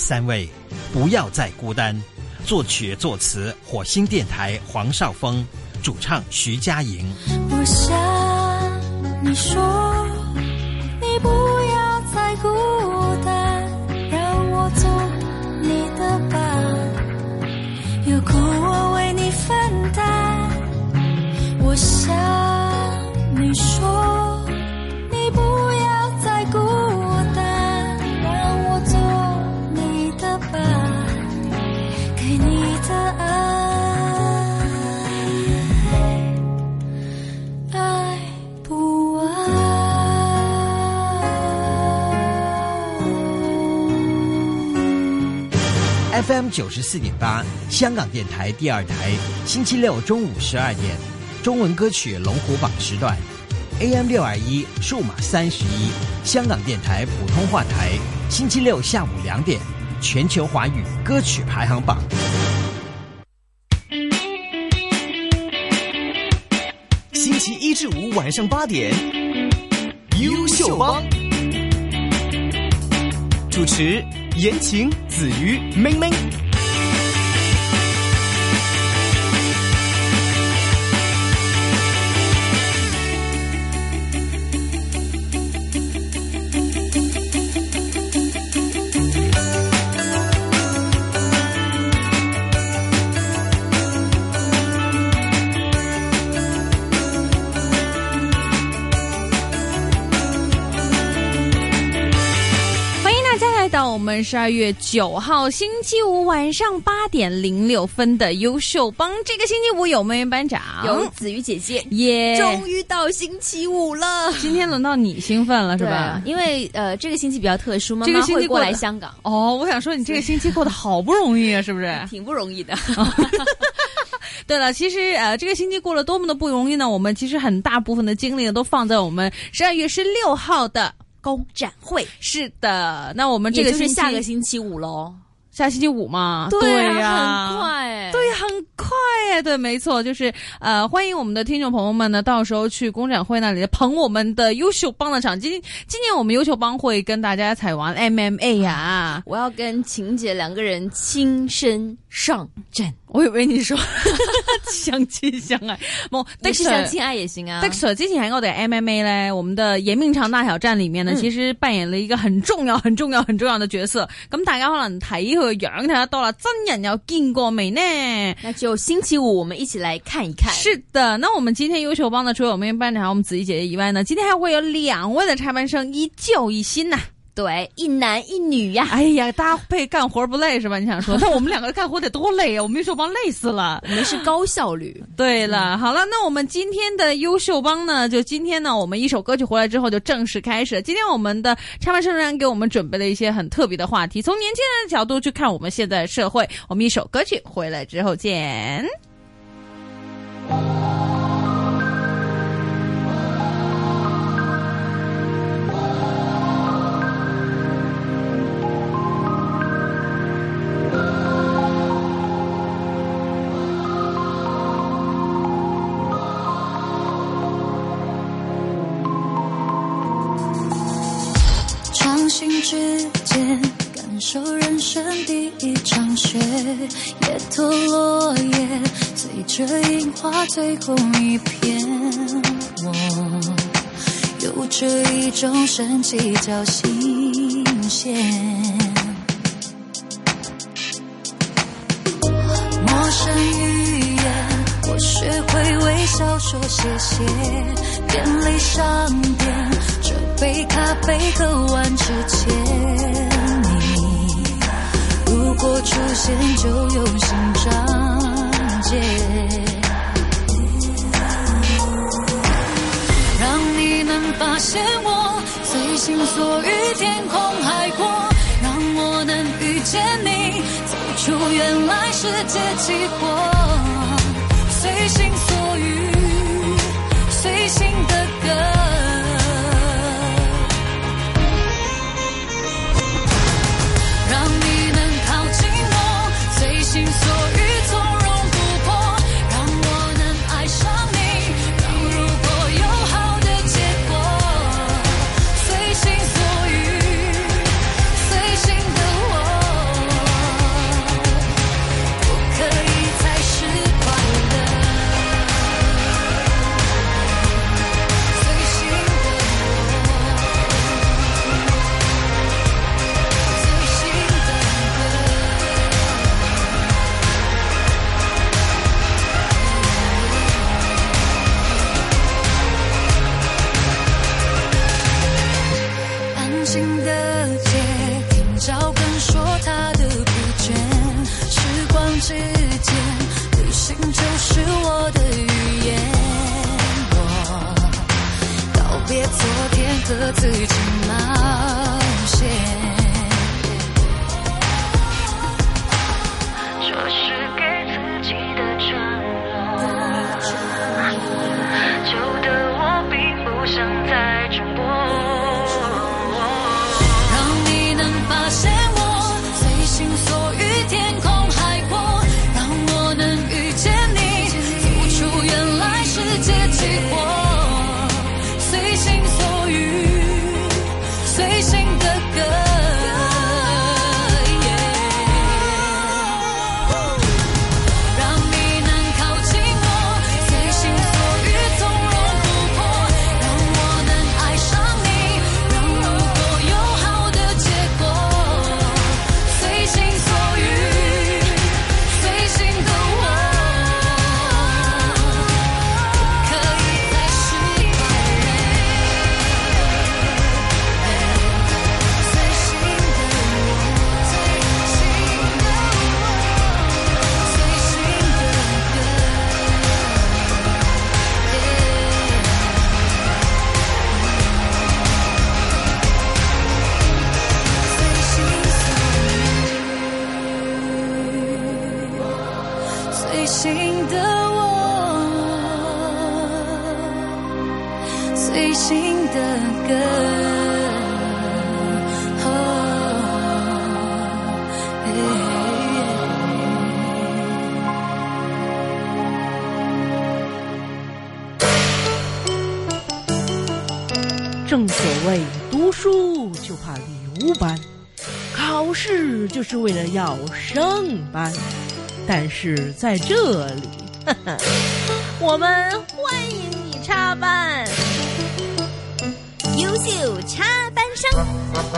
3位，不要再孤单。作曲作词火星电台黄少峰，主唱徐佳莹。 我想你说你不要再孤单，让我做你的伴，有苦我为你分担。我想你说你不要再孤单，让我做你的伴，给你的爱不完。 FM 94.8，香港电台第2台，星期六中午12点，中文歌曲龙虎榜时段 ，AM 621数码31，香港电台普通话台，星期六下午2点，全球华语歌曲排行榜。 星期1至5晚上8点，优秀帮，主持言情、子瑜、明明。 到我们12月9号星期五晚上8点06分的优秀帮，这个星期五有妹妹班长， 有子瑜姐姐， 耶！ 终于到星期五了， 今天轮到你兴奋了是吧？ 因为这个星期比较特殊，妈这个星期妈会过来香港。 哦，我想说你这个星期过得好不容易啊，是不是？ 挺不容易的。 对了，其实这个星期过了多么的不容易呢？我们其实很大部分的精力都放在我们12月16号的工展会。 是的，那我们这个星期也就是下个星期五喽。 下星期五嘛， 对呀， 很快， 对，很快哎，对，没错，就是欢迎我们的听众朋友们呢，到时候去工展会那里捧我们的优秀帮的场。今年我们优秀帮会跟大家一齊玩 MMA 呀， 我要跟晴姐2个人亲身上阵。 我以為你說相親相愛，冇的是相親愛也行啊。 的是之前喺我哋 MMA 咧，我們的延命長大挑戰裡面呢，其實扮演了一個很重要的角色。咁大家可能睇佢個樣睇得多啦，真人有見過未呢？ 那就星期五我們一起來看一看。 是的，那我們今天優秀幫呢，除了我們班長還有我們子怡姐姐以外呢，今天還會有2位的插班生一舊一新呐。 对，一男一女呀。 哎呀，搭配干活不累是吧？你想说，那我们2个干活得多累啊！我们优秀帮累死了。 我们是高效率。 对了，好了，那我们今天的优秀帮呢，就今天呢，我们一首歌曲回来之后就正式开始。今天我们的插班生人给我们准备了一些很特别的话题，从年轻人的角度去看我们现在的社会。我们一首歌曲回来之后见。 行之间，感受人生第一场雪，叶脱落叶，随着樱花最后一片。我有着一种神奇叫新鲜，陌生语言，我学会微笑说谢谢，便利商店，这杯咖啡喝完之前，你如果出现就用心章节，让你能发现我随心所欲，天空海阔，让我能遇见你，走出原来世界起火，随心所欲，随心的歌。随心所欲，从容不迫，让我能爱上你，让如果有好的结果，随心所欲，随心的我。 他的不见，时光之间，旅行就是我的语言。我告别昨天，和自己冒险。这是给自己的承诺，旧的我并不想再重播。让你能发现我随心所欲，天空海阔，让我能遇见你，付出原来世界起火，随心所欲，随性的歌。随性的我，随性的歌。 正所谓读书就怕留班，考试就是为了要升班。但是在这里，我们欢迎你插班， 优秀插班生。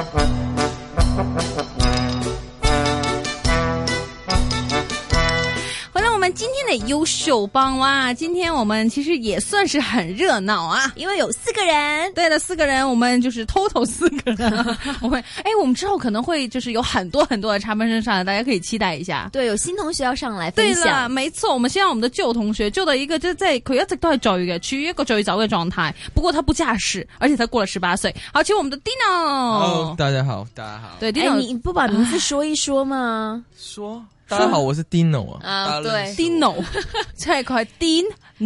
今天的优秀帮哇，今天我们其实也算是很热闹啊， 因为有4个人。 对的，4个人，我们就是 total 4个人。我们之后可能會就是有很多很多的插班生上來，大家可以期待一下。 對，有新同學要上來分享。 對啦，沒錯，我們希望我們的舊同學，舊的一個就在佢一直都係醉嘅，處於一個醉酒嘅狀態。不過他不駕駛，而且他過了18歲。好，請我們的 Dino。 大家好，大家好。 對 ，Dino， 你不把名字說一說嗎？ 說。大家好，我是 Dino 啊。 對 ，Dino，即係佢係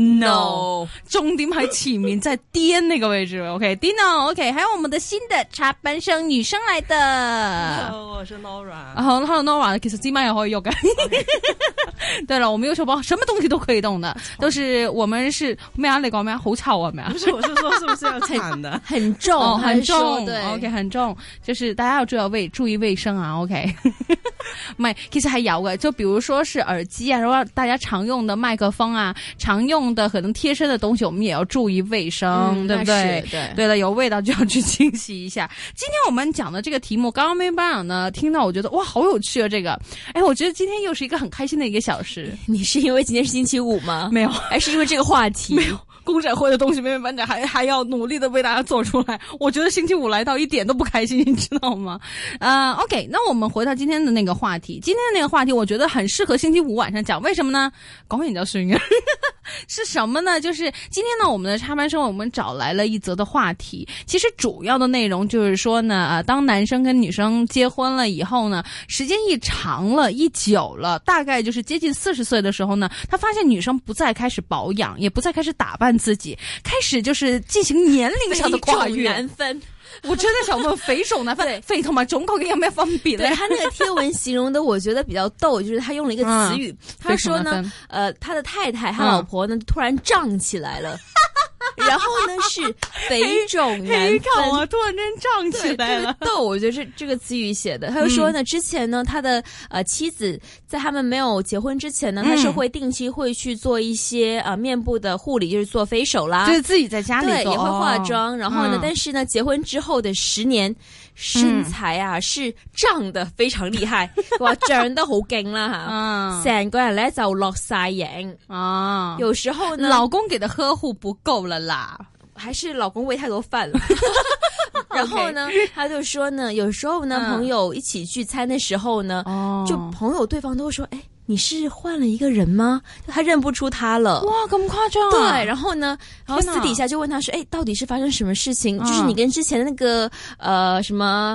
Dino， 重點喺前面，在顛那個位置。OK，Dino，OK， 還有我們的新的插班生，女生來的。 Hello， 我是 Nora。 Hello Nora， 其實今晚也可以用嘅。對了，我們優秀幫什麼東西都可以動的，都是我們是咩啊？你講咩啊？好臭啊？咩啊？ 不是，我是說是不是要慘的？ 很重， 很重。 對 ，OK， 很重，就是大家要注意衛生啊。OK， 唔係，其實還有嘅。就比如說是耳機啊，然後大家常用的麥克風啊，常用的可能貼身的東西，我們也要注意衛生，對不對？對了，有味道就要去清洗一下。今天我們講的這個題目，剛剛沒班長呢聽到，我覺得哇，好有趣啊！這個，我覺得今天又是一個很開心的一個小時。 你是因為今天是星期五嗎？ 沒有， 還是因為這個話題？ 沒有。公展會的東西，妹妹班長還要努力的為大家做出來。我覺得星期五來到一點都不開心，你知道嗎？OK， 那我們回到今天的那個話題。今天的那個話題，我覺得很適合星期五晚上講。為什麼呢？講完你就算了。是什麼呢？就是今天呢，我們的插班生我們找來了一則的話題。其實主要的內容就是說呢，當男生跟女生結婚了以後呢，時間一長了，一久了，大概就是接近40歲的時候呢，他發現女生不再開始保養，也不再開始打扮自己，開始就是進行年齡上的跨越。 難分。 我真的想問，肥手難分，肥同埋腫究竟有咩分別呢？ 對，他那個貼文形容的，我覺得比較逗，就是他用了一個詞語，他說呢，他的太太，他老婆呢，突然脹起來了。然後呢是肥腫難分啊，突然間脹起來了。 逗，我覺得這個詞語寫的。他就說呢，之前呢，他的妻子在他們沒有結婚之前呢，他是會定期會去做一些面部的護理，就是做飛手啦， 就是自己在家裡做， 對，也會化妝。然後呢，但是呢，結婚之後的10年，身材啊是脹得非常厲害，哇，脹得好勁啦吓，成個人咧就落晒型啊。有時候呢， 老公給的呵護不夠了啦， 還是老公餵太多飯了。 然后呢，他就说呢，有时候呢，朋友一起聚餐的时候呢，就朋友对方都会说，哎，你是换了一个人吗？他认不出他了。 哇，咁夸张啊！对，然后呢，然后私底下就问他说，哎，到底是发生什么事情？就是你跟之前的那个什么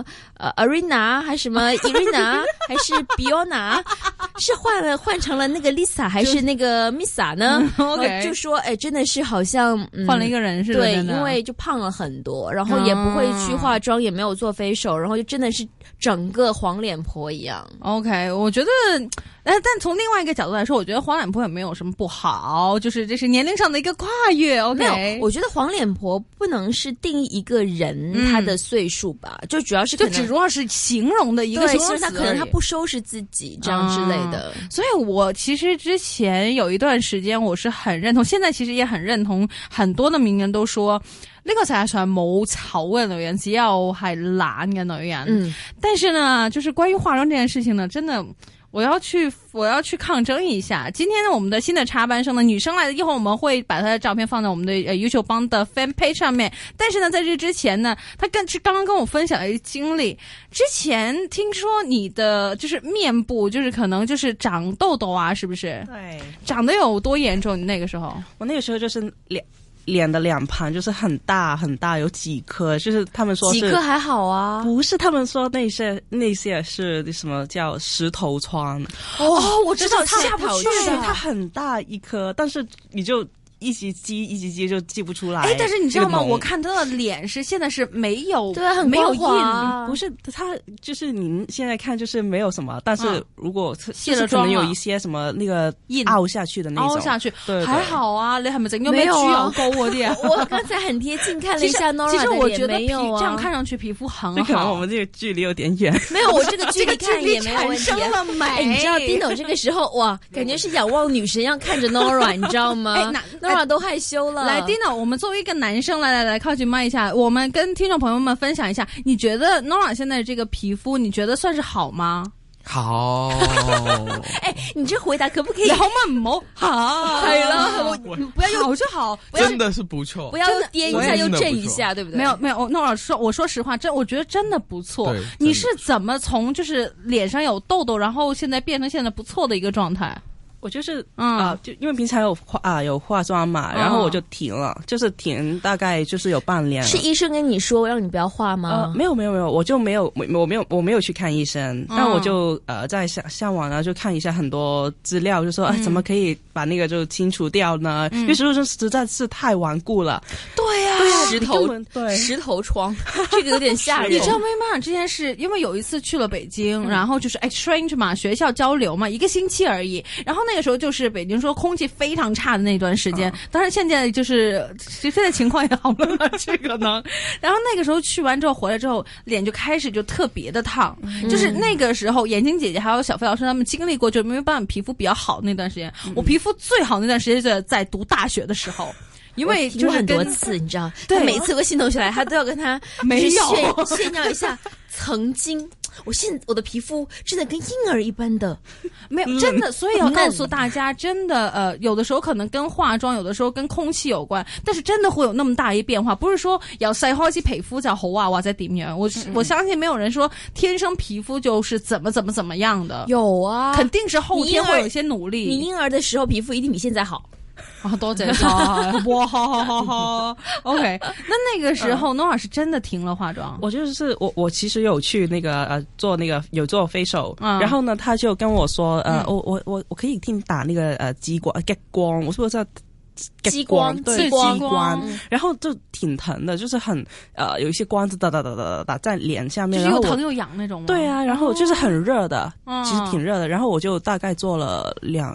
Arena 还是什么 Irina 还是 Biona 是换成了那个 Lisa 还是那个 Misa 呢 ？OK， 就说哎，真的是好像换了一个人似的。 对，因为就胖了很多，然后也不会去化妆，也没有做facial，然后就真的是整个黄脸婆一样。 OK， 我觉得，但从另外一个角度来说，我觉得黄脸婆也没有什么不好，就是这是年龄上的一个跨越。OK， 没有，我觉得黄脸婆不能是定义一个人他的岁数吧，就主要是可能就主要是形容的一个形容词， 他可能他不收拾自己这样之类的。 所以我其實之前有一段時間我是很認同，現在其實也很認同，很多的名人都說呢個世界上冇醜嘅女人，只有係懶嘅女人。但是呢，就是關於化妝這件事情呢，真的我要去抗爭一下。今天呢，我們的新的插班生呢，女生來的，一會兒我們會把她的照片放在我們的優秀幫的 fan page 上面。但是呢，在這之前呢，她是剛剛跟我分享了一個經歷。之前聽說你的就是面部就是可能就是長痘痘啊，是不是？ 對， 長得有多嚴重？你那個時候？ 我那個時候就是臉的兩旁就是很大很大，有幾顆，就是他們說是幾顆還好啊， 不是他們說那些是什麼叫石頭瘡。 哦，我知道下不去的，它很大一顆，但是你就一直積就積不出來。 但是你知道嗎？我看他的臉是現在是沒有， 對，很沒有印， 不是他就是您現在看就是沒有什麼，但是如果卸了妝， 可能有一些什麼那個凹下去的那種， 凹下去， 對， 還好啊。你係咪整咗咩豬油膏嗰啲啊？ 我剛才很貼近看了一下 Nora 其實我覺得沒有啊， 這樣看上去皮膚很好。 可能我們這個距離有點遠。 沒有，我這個距離看也沒有問題。 產生了美。 你知道 Dino 這個時候哇，感覺是仰望女神一樣看着 Nora， 你知道嗎？Nora 都害羞。 來 Dino， 我們作為一個男生，來靠近麥一下，我們跟聽眾朋友們分享一下，你覺得 Nora 現在這個皮膚，你覺得算是好嗎？ 好。 哎，你這回答可不可以？ 好嗎？唔好。好。 係啦，不要好就好， 真的是不錯。 不要跌一下又震一下，對不對？ 沒有。Nora 說，我說實話，我覺得真的不錯。你是怎麼從就是臉上有痘痘，然後現在變成現在不錯的一個狀態？ 我就是就因為平常有化妝嘛，然後我就停了，就是停大概就是有半年了。 是醫生跟你說讓你不要化嗎？ 沒有，我就沒有去看醫生，但我就在上網呢就看一下很多資料，就說怎麼可以把那個就清除掉呢？因為實在是太頑固了。 對啊， 石頭瘡，這個有點嚇人。 你知道嗎？之前是因為有一次去了北京，然後就是 exchange 嘛，學校交流嘛，一個星期而已，然後那個時候就是北京說空氣非常差的那段時間，當然現在就是現在情況也好了嘛，這個呢。然後那個時候去完之後回來之後，臉就開始就特別的燙，就是那個時候眼睛姐姐還有小飛老師他們經歷過就沒有辦法皮膚比較好那段時間，我皮膚最好那段時間就是在讀大學的時候。因為就是很多次，你知道， 對， 每次有個新同學來，他都要跟他沒有炫耀一下曾經。我的皮膚真的跟嬰兒一般的， 沒有真的，所以要告訴大家，真的有的時候可能跟化妝，有的時候跟空氣有關，但是真的會有那麼大一變化，不是說由細開始皮膚就好啊，或者點樣。我相信沒有人說天生皮膚就是怎麼樣的， 有啊， 肯定是後天會有一些努力。 你嬰兒的時候皮膚一定比現在好。 多謝哇，好 OK。那個時候 Nora 是真的停了化妝。 我就是我其實有去那個做那個有做 facial，然後呢他就跟我說我可以聽打那個激光，我是不是叫激光？ 對，激光，然後就挺疼的，就是很有一些光子打在臉下面， 就是又疼又癢那種嗎？ 對啊，然後就是很熱的，其實挺熱的，然後我就大概做了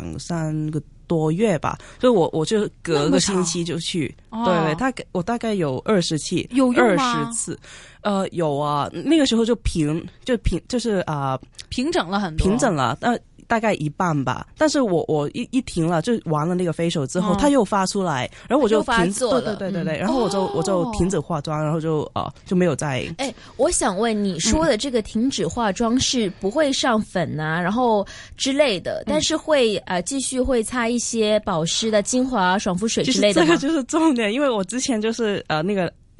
2-3個多月吧，所以我就隔個星期就去，對，我大概有20期， 有用嗎 ？20次，有啊，那個時候就就是平整了很多， 平整了，大概一半吧，但是我一停了，就完了那個 facial 之後，它又發出來，然後我就停止，對，然後我就停止化妝，然後就沒有再。 哎，我想問你說的這個停止化妝是不會上粉啊，然後之類的，但是會繼續會擦一些保濕的精華、爽膚水之類的嗎？ 這個就是重點，因為我之前就是那個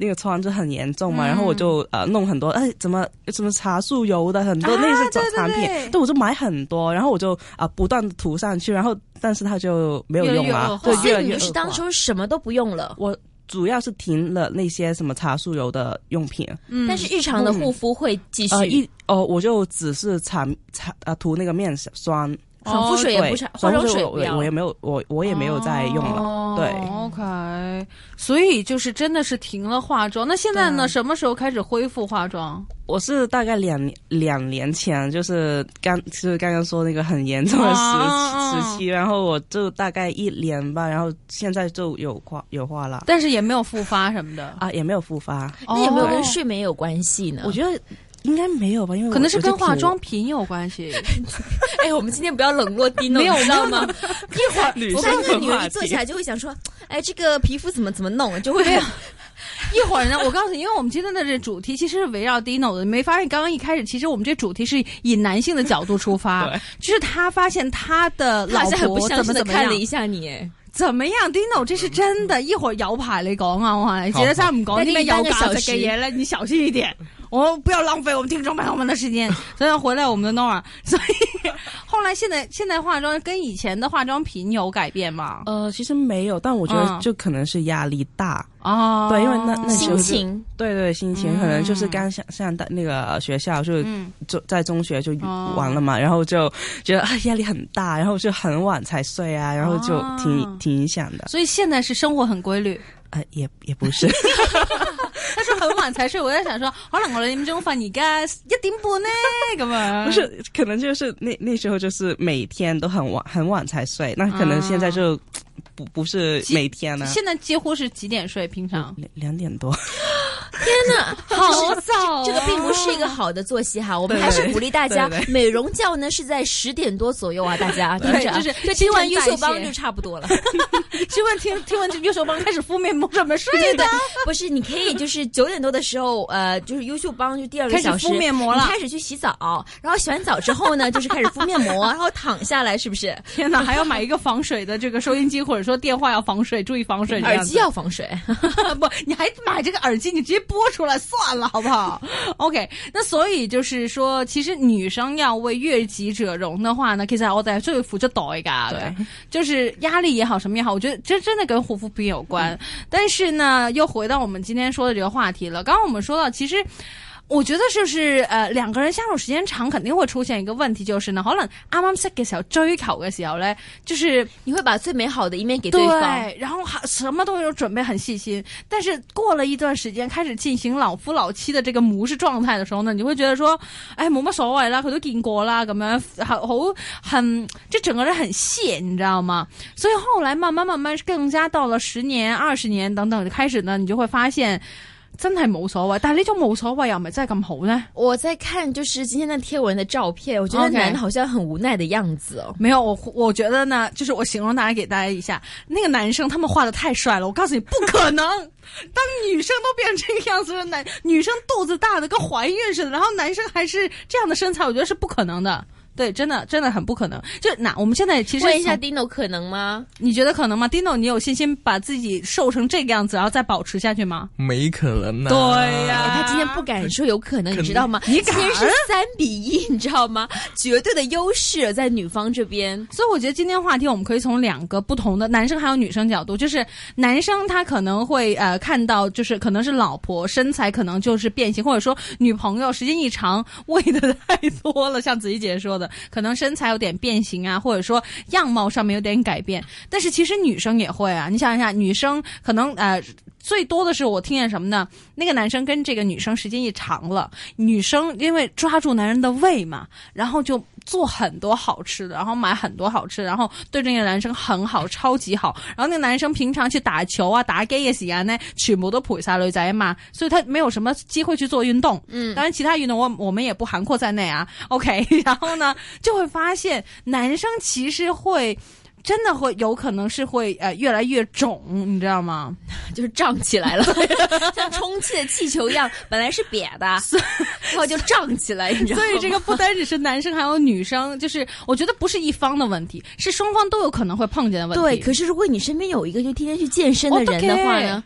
那个疮就很严重嘛，然后我就弄很多怎么茶树油的很多那些产品，对，我就买很多，然后我就不断的涂上去，然后但是它就没有用了，对， 所以你是当初什么都不用了？ 我主要是停了那些什么茶树油的用品， 但是日常的护肤会继续。 我就只是涂那个面霜。 爽肤水也不是，化妆水我也没有在用了。对 ，OK， 所以就是真的是停了化妆。那现在呢？什么时候开始恢复化妆？ 我是大概两年前，就是刚刚说那个很严重的时期，然后我就大概1年吧，然后现在就有化了， 但是也没有复发什么的也没有复发。 那有没有跟睡眠有关系呢？ 我觉得应该没有吧，因为可能是跟化妆品有关系。 我们今天不要冷落Dino， 没有， 知道吗？一会儿我 3个女人一坐起来就会想说，这个皮肤怎么弄，就会。 一会儿呢，我告诉你，因为我们今天的这主题其实是围绕 Dino 的。你没发现刚刚一开始，其实我们这主题是以男性的角度出发，就是他发现他的老婆怎么看了一下你。 怎麼樣 Dino 這是真的，一會兒有排你講啊，我話你，傑生唔講啲咩有價值嘅嘢咧，你小心一點，我不要浪費我們聽眾朋友們的時間。所以要回來我們的 Nora， 所以後來現在化妝跟以前的化妝品有改變嗎？ 其實沒有，但我覺得就可能是壓力大。 對， 因為那時候心情， 對心情可能就是剛上那個學校就在中學就完了嘛，然後就覺得壓力很大，然後就很晚才睡啊，然後就挺影響的。 所以現在是生活很規律。 也不是。 他說很晚才睡，我在想說，可能我哋點鐘瞓，而家1點半呢咁樣。 不是，可能就是那時候就是每天都很晚才睡，那可能現在就不是每天了。 現在幾乎是幾點睡？平常 2點多。 天哪， 好早！ 這個並不是一個好的作息哈，我們還是鼓勵大家，美容覺呢是在10點多左右啊，大家聽着，就聽完優秀幫就差不多了。 聽完優秀幫開始敷面膜準備睡的， 不是，你可以就是9點多的時候，就是優秀幫就第2個小時開始敷面膜了， 開始去洗澡，然後洗完澡之後呢，就是開始敷面膜，然後躺下來，是不是？ 天哪，還要買一個防水的這個收音機，或者說電話要防水，注意防水。 耳機要防水， 不，你還買這個耳機，你直接播出來算了，好不好 ？OK， 那所以就是說，其實女生要為悅己者容的話呢，其實我哋係需要付出代價的，就是壓力也好，什麼也好，我覺得這真的跟護膚品有關。但是呢，又回到我們今天說的這個話題了。剛剛我們說到，其實我覺得就是兩個人相處時間長，肯定會出現一個問題，就是呢，可能啱啱識嘅時候追求嘅時候呢，就是你會把最美好的一面給對方， 對，然後什麼都有準備很細心。但是過了一段時間，開始進行老夫老妻的這個模式狀態的時候呢，你會覺得說，冇乜所謂啦，佢都見過啦，咁樣很就整個人很懈，你知道嗎？所以後來慢慢更加到了10年、20年等等開始呢，你就會發現。真係冇所謂，但係呢種冇所謂又咪真係咁好呢？ 我在看就是今天的貼文的照片，我覺得男好像很無奈的樣子哦。 沒有，我覺得呢，就是我形容大家一下，那個男生他們畫得太帥了，我告訴你不可能。當女生都變成這個樣子的女生肚子大的跟懷孕似的，然後男生還是這樣的身材，我覺得是不可能的。對，真的很不可能。就我們現在其實問一下 Dino 可能嗎？ 你覺得可能嗎 ？Dino，你有信心把自己瘦成這個樣子，然後再保持下去嗎？ 沒可能啊！ 對呀、 他今天不敢說有可能，你知道嗎？你今天是3-1，你知道嗎？絕對的優勢在女方這邊。 所以我覺得今天話題我們可以從2個不同的男生還有女生角度，就是男生他可能會看到，就是可能是老婆身材可能就是變形，或者說女朋友時間一長餵得太多了，像子怡姐說的。可能身材有點變形啊，或者說樣貌上面有點改變，但是其實女生也會啊。你想一下，女生可能最多的是我聽見什麼呢？那個男生跟這個女生時間一長了，女生因為抓住男人的胃嘛，然後就做很多好吃的，然後買很多好吃的，然後對這個男生很好，超級好。然後那個男生平常去打球啊、打機嘅時間呢，全部都陪晒女仔嘛，所以他沒有什麼機會去做運動。當然其他運動我們也不涵括在內啊。OK， 然後呢就會發現男生其實會。真的會有可能是會越來越腫，你知道嗎？ 就是脹起來了，像充氣的氣球一樣，本來是癟的，然後就脹起來，你知道嗎？ 所以這個不單只是男生，還有女生，就是我覺得不是一方的問題，是雙方都有可能會碰見的問題。 對，可是如果你身邊有一個就天天去健身的人的話呢？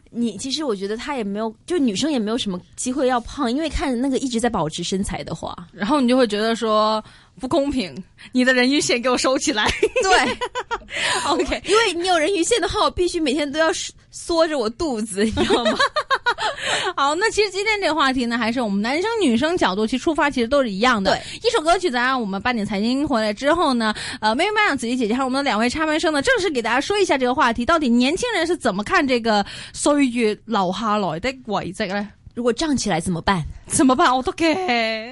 你其实我觉得她也没有，就女生也没有什么机会要胖，因为看那个一直在保持身材的话， 然后你就会觉得说不公平，你的人鱼线给我收起来。 对，OK， 因为你有人鱼线的话，我必须每天都要缩着我肚子，你知道吗？ 好，那其实今天这个话题呢，还是我们男生女生角度去出发，其实都是一样的。对，一首歌曲咱让我们8點財經回來之後呢，妹妹們、子怡姐姐還有我們的2位插班生呢，正式給大家說一下這個話題，到底年輕人是怎麼看這個歲月留下來的遺跡呢？ 如果脹起來怎麼辦？ 怎麼辦？我都驚。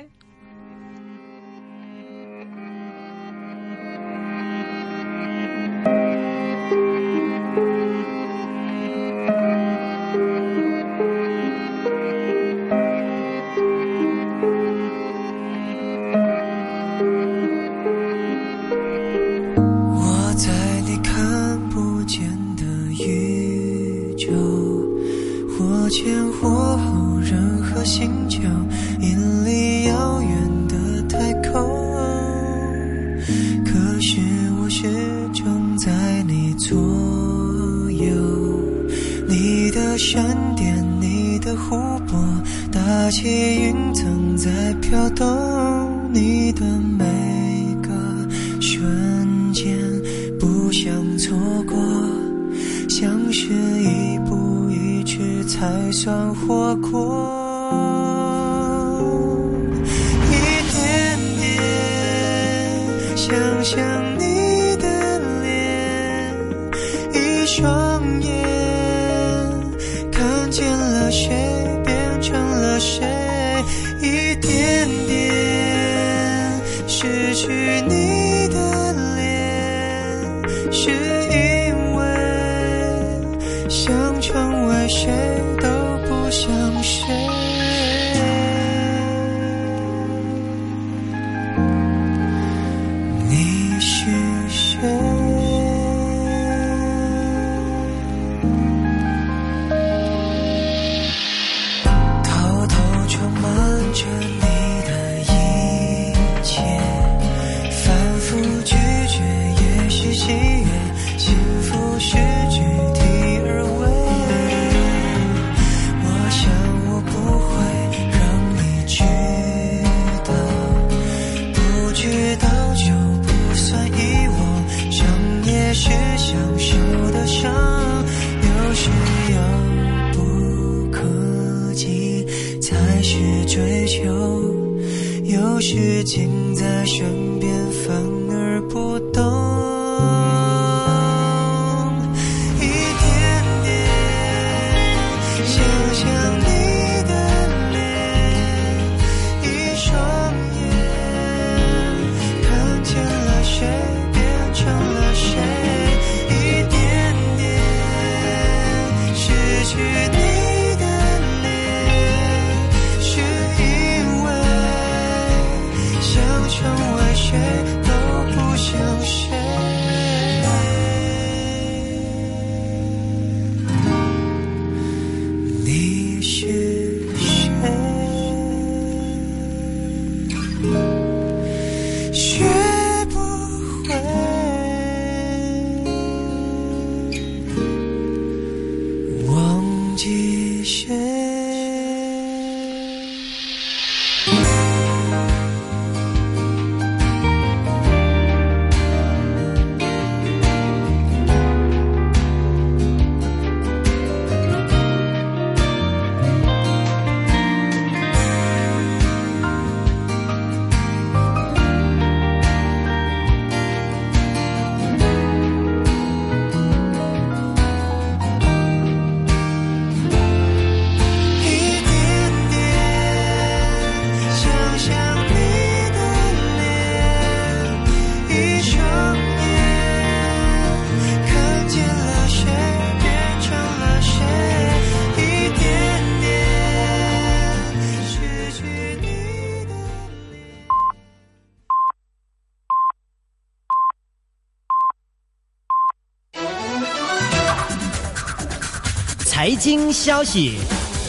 财经消息，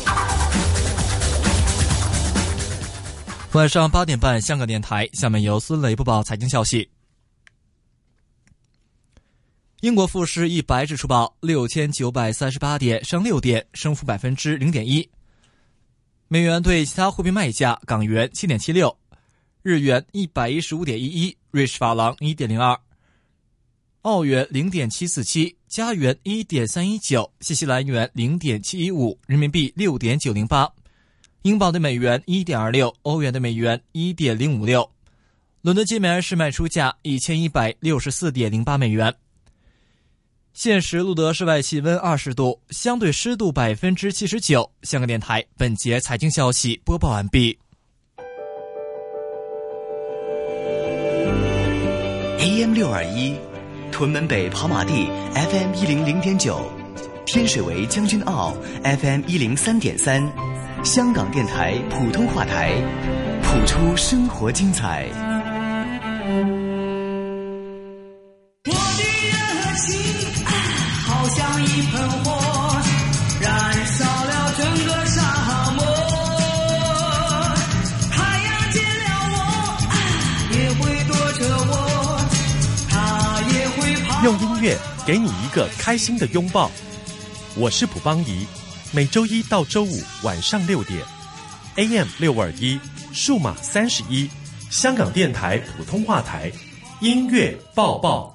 晚上8点半，香港电台。下面由孙磊播报财经消息。 英国富时100指数报6938点，升6点，升幅0.1%。美元对其他货币卖价：港元7.76，日元115.11，瑞士法郎1.02，澳元0.747，加元1.319，新西兰元0.715，人民币6.908，英镑对美元1.26，欧元对美元1.056。伦敦金每安士卖出价1164.08美元。现时录得室外气温20度，相对湿度79%。香港电台本节财经消息播报完毕。 AM621，屯门北跑马地 FM100.9，天水围将军澳 FM103.3，香港电台普通话台，谱出生活精彩。 好像一盆火，燃烧了整个沙漠。太阳见了我，也会躲着我，它也会跑。 用音乐给你一个开心的拥抱。我是卜邦仪，每周一到周五晚上6点 ，AM621，数码31，香港电台普通话台，音乐抱抱。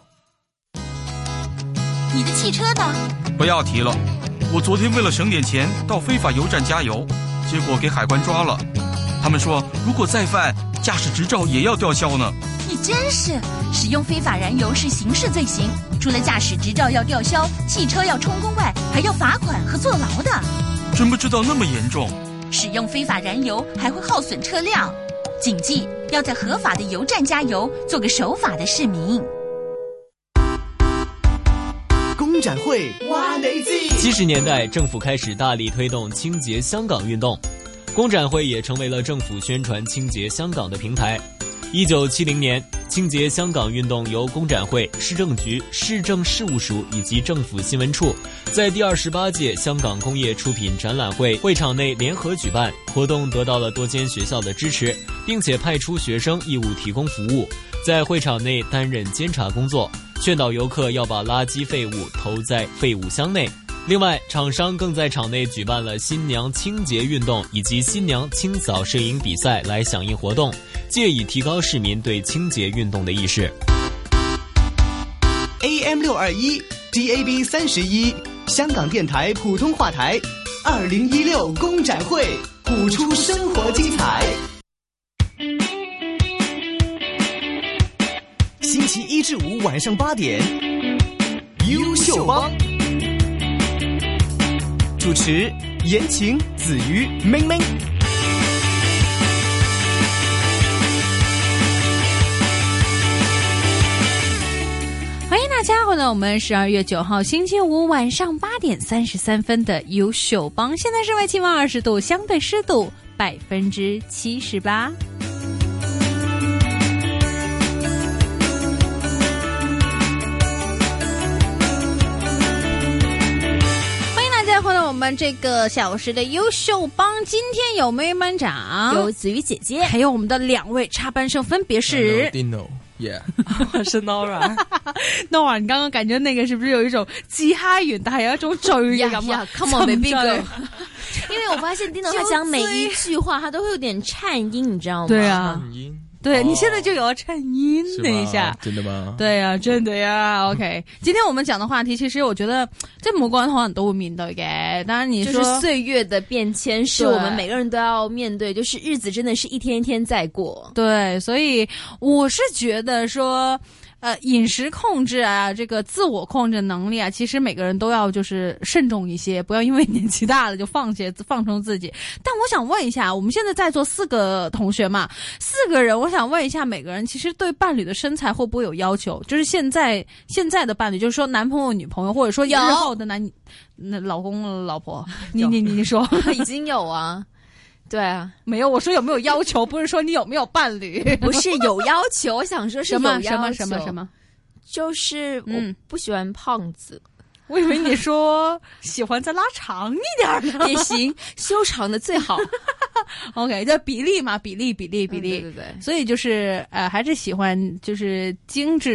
你的汽车呢？ 不要提了，我昨天为了省点钱到非法油站加油，结果给海关抓了。他们说如果再犯，驾驶执照也要吊销呢。 你真是，使用非法燃油是刑事罪行，除了驾驶执照要吊销，汽车要充公外，还要罚款和坐牢的。 真不知道那么严重。 使用非法燃油还会耗损车辆，谨记要在合法的油站加油，做个守法的市民。 工展会挖雷记。 70年代，政府开始大力推动清洁香港运动，工展会也成为了政府宣传清洁香港的平台。1970年，清洁香港运动由工展会、市政局、市政事务署以及政府新闻处在第28届香港工业出品展览会会场内联合举办，活动得到了多间学校的支持，并且派出学生义务提供服务，在会场内担任监察工作，劝导游客要把垃圾废物投在废物箱内。另外，厂商更在场内举办了新娘清洁运动以及新娘清扫摄影比赛来响应活动，借以提高市民对清洁运动的意识。 AM621 DAB 31，香港电台普通话台，2016工展会，谱出生活精彩。星期1至5晚上8点，优秀帮。主持言情、子瑜、明明。 欢迎大家回到我们12月9号星期五晚上8点33分的优秀帮。现在室外气温20度，相对湿度78%。回到我们这个小时的优秀帮，今天有妹班长， 有子瑜姐姐， 还有我们的2位插班生，分别是 Dino， 我是 Nora。Nora， 你刚刚感觉那个是不是有一種自嗨完，但係有一種醉嘅感覺 ？Come on baby girl， 因為我發現 Dino 他講每一句話，他都會有點顫音，你知道嗎？ 對啊。对，你现在就有要颤音了一下， 真的吗？ 对呀、啊，真的呀。OK， 今天我们讲的话题，其实我觉得在每個人可能都會面對嘅。當然你說就是歲月的變遷，是我們每個人都要面對，就是日子真的是一天一天在過。 對，所以我是覺得說。飲食控制啊，這個自我控制能力啊，其實每個人都要就是慎重一些，不要因為年紀大了就放縱自己。但我想問一下，我們現在在座4個同學嘛，4個人，我想問一下，每個人其實對伴侶的身材會不會有要求？就是現在的伴侶，就是說男朋友、女朋友，或者說日後的老公、老婆，你說已經有啊。对啊， 没有，我说有没有要求，不是说你有没有伴侣， 不是有要求，我想说是有要求。 什么， 就是我不喜欢胖子。 我以为你说喜欢再拉长一点呢， 也行，修长的最好。 OK， 就比例嘛，比例， 对， 所以就是还是喜欢就是精致的。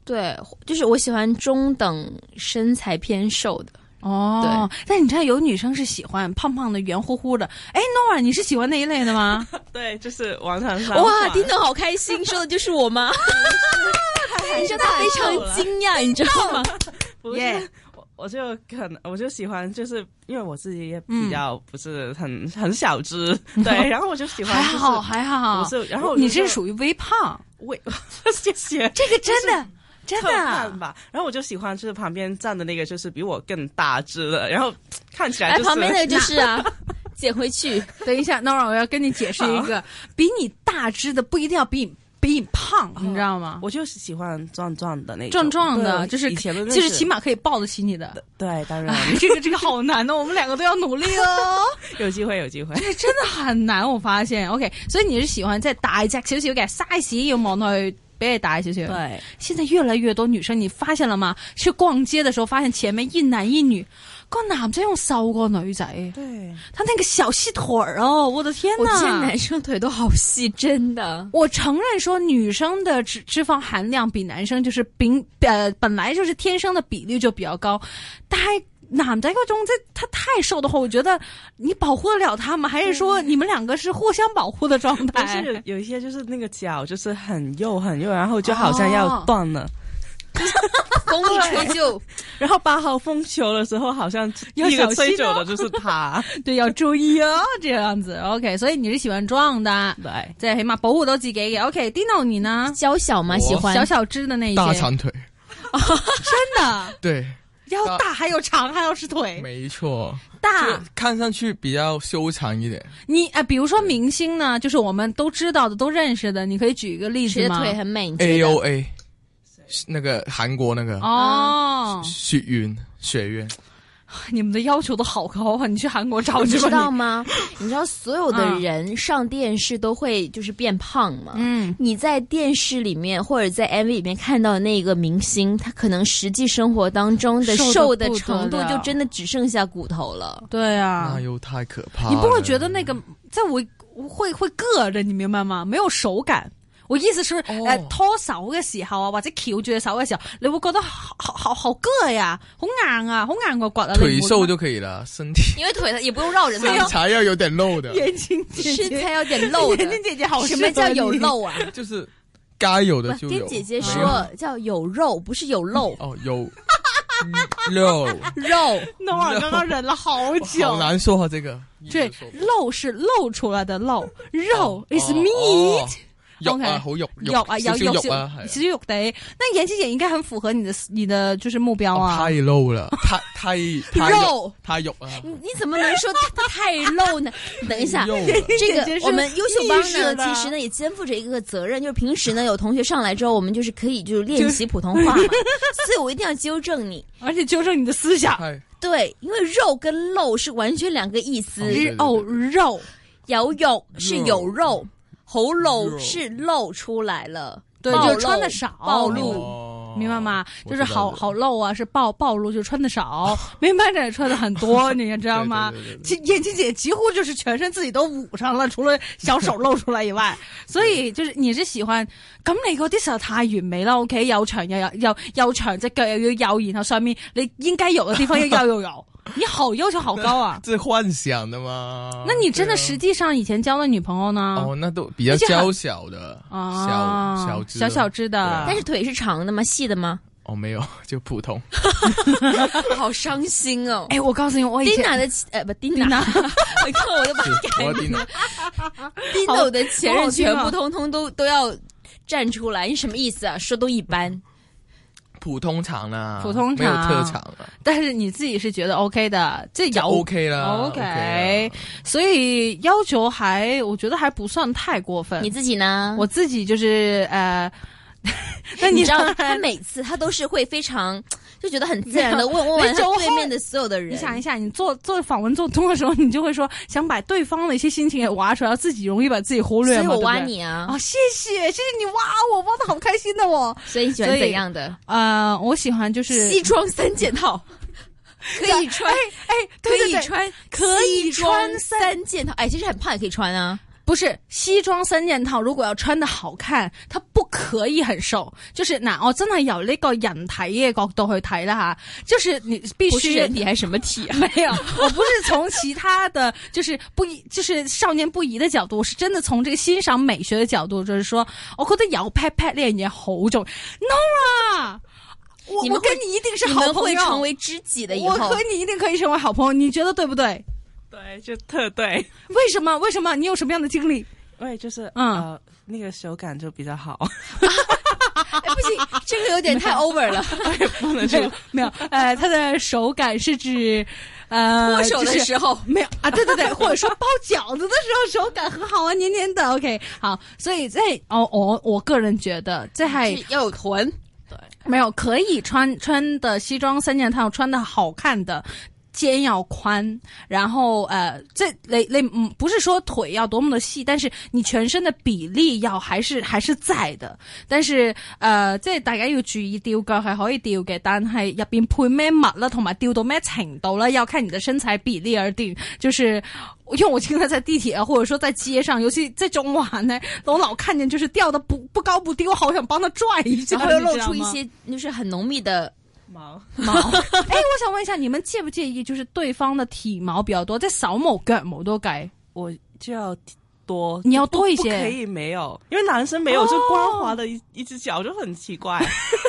对，就是我喜欢中等身材偏瘦的。 哦，但你知道有女生是喜欢胖胖的、圆乎乎的。哎 ，Nora， 你是喜欢那一类的吗？ 对，就是往上哇，丁总好开心，说的就是我吗？你说他非常惊讶，你知道吗？ 不是，我就喜欢，就是因为我自己也比较不是很小只，对，然后我就喜欢、就是， 还好， 不是，然后你这是属于微胖， 谢谢， 这个真的。真的吧，然后我就喜欢就是旁边站的那个就是比我更大只的，然然后看起来就是旁边那个就是啊，捡回去。 等一下，Nora，我要跟你解释一个，比你大只的不一定要比你胖，你知道吗？ 我就喜欢壮壮的那种， 壮壮的，就是以前的就是起码可以抱得起你的。 对，当然， 这个好难的，我们两个都要努力哦。 有机会，这真的很难，我发现。OK， 所以你是喜歡即係大隻少少嘅 size 要望去比你大少少。 對， 現在越來越多女生，你發現了嗎？去逛街的時候，發現前面一男一女，個男仔用瘦過女仔。 對， 他那個小細腿哦，我的天哪！ 我見男生腿都好細，真的。 我承認說女生的脂肪含量比男生就是本來就是天生的比例就比較高，但係男仔嗰種即係他太瘦的話，我覺得你保護得了他嗎？還是說你們兩個是互相保護的狀態？ 是有一些就是那個腳就是很幼，然後就好像要斷了。 風一吹就， 然後8號風球的時候，好像一個吹走的就是他。 對，要注意哦，這樣子。OK， 所以你是喜歡壯的， 對， 即係起碼保護到自己嘅。OK，Dino 你呢？ 嬌小嗎？喜歡小隻的那一些。 大長腿。 真的？ 對。 要大還有長還要是腿， 沒錯， 大看上去比較修長一點。 你比如說明星呢，就是我們都知道的、都認識的，你可以舉一個例子嗎？ 腿很美 ，AOA， 那個韓國那個哦， 學院。 你們的要求都好高啊！你去韓國找， 你知道嗎？你知道所有的人上電視都會就是變胖嘛？嗯，你在電視裡面或者在 MV 裡面看到的那個明星，他可能實際生活當中的瘦的程度就真的只剩下骨頭了。 對啊， 那又太可怕了。 你不會覺得那個在我會硌着，你明白嗎？沒有手感。我意思是，拖手嘅時候啊，或者翹住隻手嘅時候，你會覺得好硌呀，好硬啊，好硬個骨啊。 腿瘦就可以了，身體因為腿也不用繞着它， 身材要有點肉的， 眼睛姐姐身材有點肉的， 眼睛姐姐好。 什麼叫有肉啊？ 就是該有的就有。 跟姐姐說叫有肉，不是有肉。 哦，有肉。 那我剛剛忍了好久， 好難說啊，這個。 對，肉是露出來的肉，肉 is meat。 肉啊，好肉啊，有肉啊，少少肉地。那妍希姐應該很符合你的就是目標啊。 太肉了，太肉啊！ 你怎麼能說它太肉呢？等一下，這個我們優秀幫呢，其實呢也肩負着一個責任，就是平時呢有同學上來之後，我們就是可以就練習普通話嘛，所以我一定要糾正你， 而且糾正你的思想。 對，因為肉跟肉是完全兩個意思。 肉有肉是有肉。喉露是露出來了， 對，就穿的少，暴露，明白嗎？就是好露啊，是暴露，就穿的少，明白這穿的很多，你知道嗎？眼睛姐幾乎就是全身自己都捂上了，除了小手露出來以外，所以就是你是喜歡咁你嗰啲實在太完美啦 ，OK， 又長又長隻腳又要幼，然後上面你應該有的地方又有。你好要求好高啊！ 這是幻想的嗎？ 那你真的實際上以前交的女朋友呢？ 哦，那都比較嬌小的， 小只的， 但是腿是長的嗎？細的嗎？ 哦，沒有，就普通。 好傷心哦！ 哎，我告訴你，我以前 Dina 的不 Dina， 你看我就把它改了。Dina 的前任全部通通都要站出來，你什麼意思啊？說都一般。 普通長啊， 普通長沒有特長啊， 但是你自己是覺得 OK 的，這有 OK 啦 ，OK，所以要求我覺得還不算太過分。 你自己呢？ 我自己就是那你知道他每次他都是會非常就覺得很自然的問完他對面的所有的人。 你想一下，你做訪問做通的時候，你就會說想把對方的一些心情給挖出來，自己容易把自己忽略嘛。 所以我挖你啊！ 哦，謝謝你挖我，挖得好開心的我。 所以你喜歡怎樣的？ 我喜歡就是西裝3件套。可以穿，可以穿3件套。哎，其實很胖也可以穿啊。 不是西裝3件套，如果要穿的好看，它不可以很瘦，就是嗱，我真係由呢個人體嘅角度去睇啦吓，就是你必須不是人體還是什麼體啊？ 沒有，我不是從其他的就是就是少年不宜的角度，我是真的從這個欣賞美學的角度，就是說我覺得有 pat pat 呢樣嘢好重要 ，Nora。我跟你一定是好朋友， 你們會成為知己的以後， 我和你一定可以成為好朋友，你覺得對不對？ 对，就特对。 為什麼？為什麼？你有什麼樣的經歷？ 对，就是那個手感就比較好。 不行，這個有點太 over 了。 不能這個沒有，它的手感是指握手的時候、 沒有啊，對對對，或者說包餃子的時候手感很好啊，黏黏的。OK， 好，所以我個人覺得這還要有臀。 沒有可以穿的西裝3件套，穿的好看的，肩要寬，然後這你不是說腿要多麼的細，但是你全身的比例要還是在的。但是即係大家要注意吊腳係可以吊嘅，但係入邊配咩襪啦，同埋吊到咩程度啦，要看你的身材比例而定。就是因為我經常在地鐵或者說在街上，尤其在中環呢，我老看見就是吊的不高不低，我好想幫他拽一下， 會露出一些就是很濃密的毛。 哎，我想問一下，你們介不介意就是對方的體毛比較多，在手毛腳毛都該？ 我就要多， 你要多一些， 不可以沒有，因為男生沒有就光滑的一隻腳就很奇怪。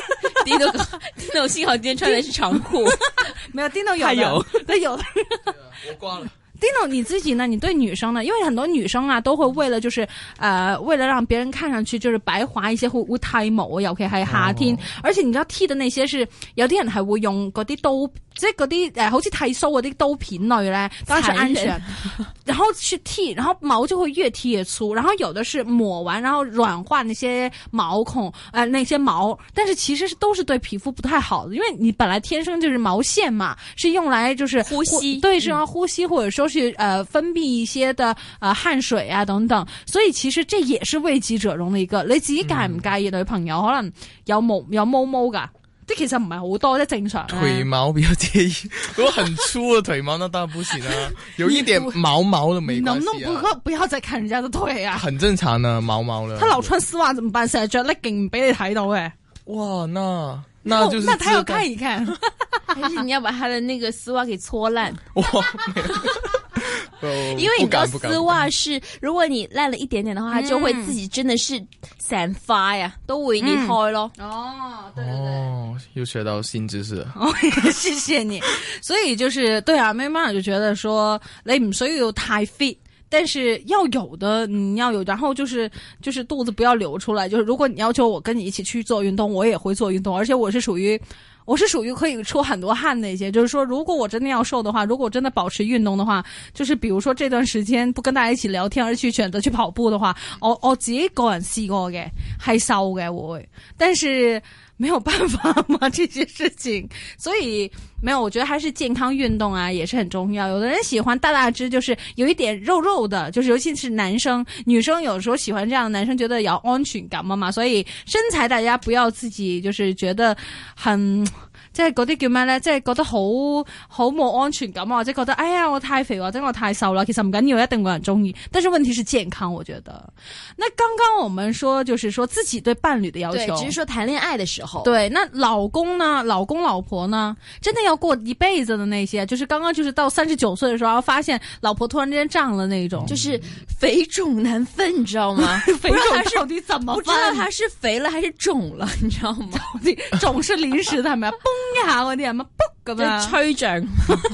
Dino 幸好今天穿的是長褲， 沒有 Dino 有的，有的， 我光了。 Dino 你自己呢？你對女生呢？因為很多女生啊都會為了就是為了讓別人看上去就是白滑一些會剃毛，尤其係夏天。而且你知道剃的那些是有啲人係會用嗰啲刀，即係嗰啲好似剃鬚嗰啲刀片類咧，當然是安全。然後去剃，然後毛就會越剃越粗。然後有的是抹完然後軟化那些毛孔那些毛，但是其實都是對皮膚不太好的，因為你本來天生就是毛線嘛，是用來就是呼吸， 對，是要呼吸或者說是分泌一些的汗水啊等等，所以其實這也是為己者容的一個。你自己介唔介意女朋友可能有毛毛噶？即其實唔係好多，即正常。 腿毛比較介意，如果很粗的腿毛那當然不行啊，有一點毛毛的沒關係啊。 能不能不要再看人家的腿啊？ 很正常的毛毛的。 他老穿絲襪怎麼辦？成日着legging唔俾你睇到嘅。 哇，那就是那他要看一看， 還是你要把他的那個絲襪給搓爛？ 哇！ 因為你知道絲襪是，如果你爛了一點點的話，它就會自己真的是散發呀，都會裂開咯。 哦，對對對， 哦，又學到新知識了。 哦，謝謝你。所以就是對啊，妹媽就覺得說，你唔需要太 fit。但是要有的你要有，然後就是肚子不要流出來。就是如果你要求我跟你一起去做運動，我也會做運動，而且我是屬於可以出很多汗的一些。就是說，如果我真的要瘦的話，如果我真的保持運動的話，就是比如說這段時間不跟大家一起聊天，而去選擇去跑步的話，我自己個人試過嘅係瘦嘅會，但是沒有辦法嘛這些事情，所以沒有，我覺得還是健康運動啊也是很重要。有的人喜歡大隻，就是有一點肉肉的，就是尤其是男生，女生有時候喜歡這樣的男生，覺得有安全感嘛，所以身材大家不要自己就是覺得很即係嗰啲叫咩咧，即係覺得好冇安全感啊，或者覺得哎呀我太肥或者我太瘦啦，其實唔緊要，一定會有人中意。但是問題是健康，我覺得。那剛剛我們說就是說自己對伴侶的要求， 對，只是說談戀愛的時候。 對，那老公呢？老公老婆呢？真的要過一輩子的那些，就是剛剛就是到39歲的時候，發現老婆突然之間脹了那種， 就是肥腫難分，你知道嗎？ 肥腫到底怎麼分？ 不知道他是肥了還是腫了，你知道嗎？ 腫是臨時的，係咪啊？崩一下嗰啲係咪？卜咁樣吹脹，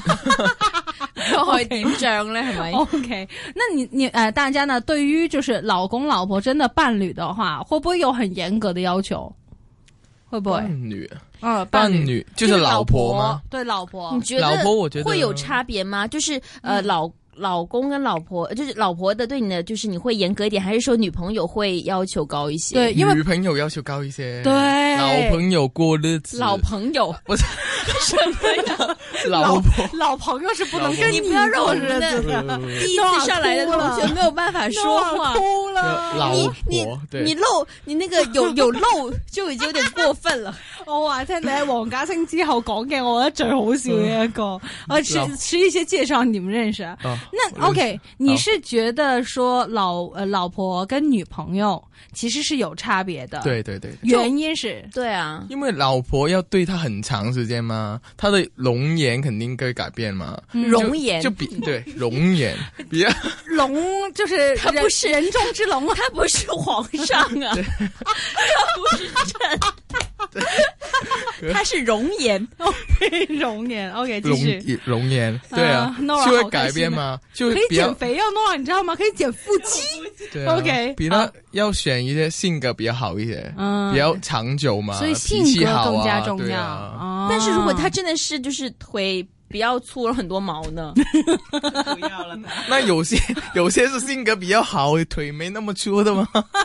可以點脹咧？係咪 ？OK，那你大家呢？對於就是老公老婆真的伴侶的話，會不會有很嚴格的要求？會不會？ 伴侶就是老婆嗎？ 對，老婆。 你覺得老婆我覺得會有差別嗎？就是老公跟老婆，就是老婆的對你的，就是你會嚴格一點，還是說女朋友會要求高一些？ 對，因為女朋友要求高一些。 對， 老朋友過日子。 老朋友不是什麼呀？ 老朋友是不能跟你不要讓我們的第一次上來的同學沒有辦法說話。 了。 老婆你漏，你那个有漏就已經有點過分了。 我話聽你喺黃家星之後講嘅，我覺得最好笑嘅一個。吃一些介紹你們認識啊。那 OK， 你是覺得說老婆跟女朋友其實是有差別的？ 對對對， 原因是對啊， 因為老婆要對他很長時間嘛，他的容顏肯定會改變嘛。 容顏就比對容顏比較龍就是他不是人中之龍， 他不是皇上啊，他不是朕，他是容顏容顏 OK 繼續容顏對啊，就會改變嘛，就可以減肥啊 Nora 你知道嗎？可以減腹肌對啊 OK 比他要選一些性格比較好一些比較長久嘛， 所以性格更加重要。 但是如果他真的是就是腿比較粗了很多毛呢？ 不要了。 那有些是性格比較好，腿沒那麼粗的嗎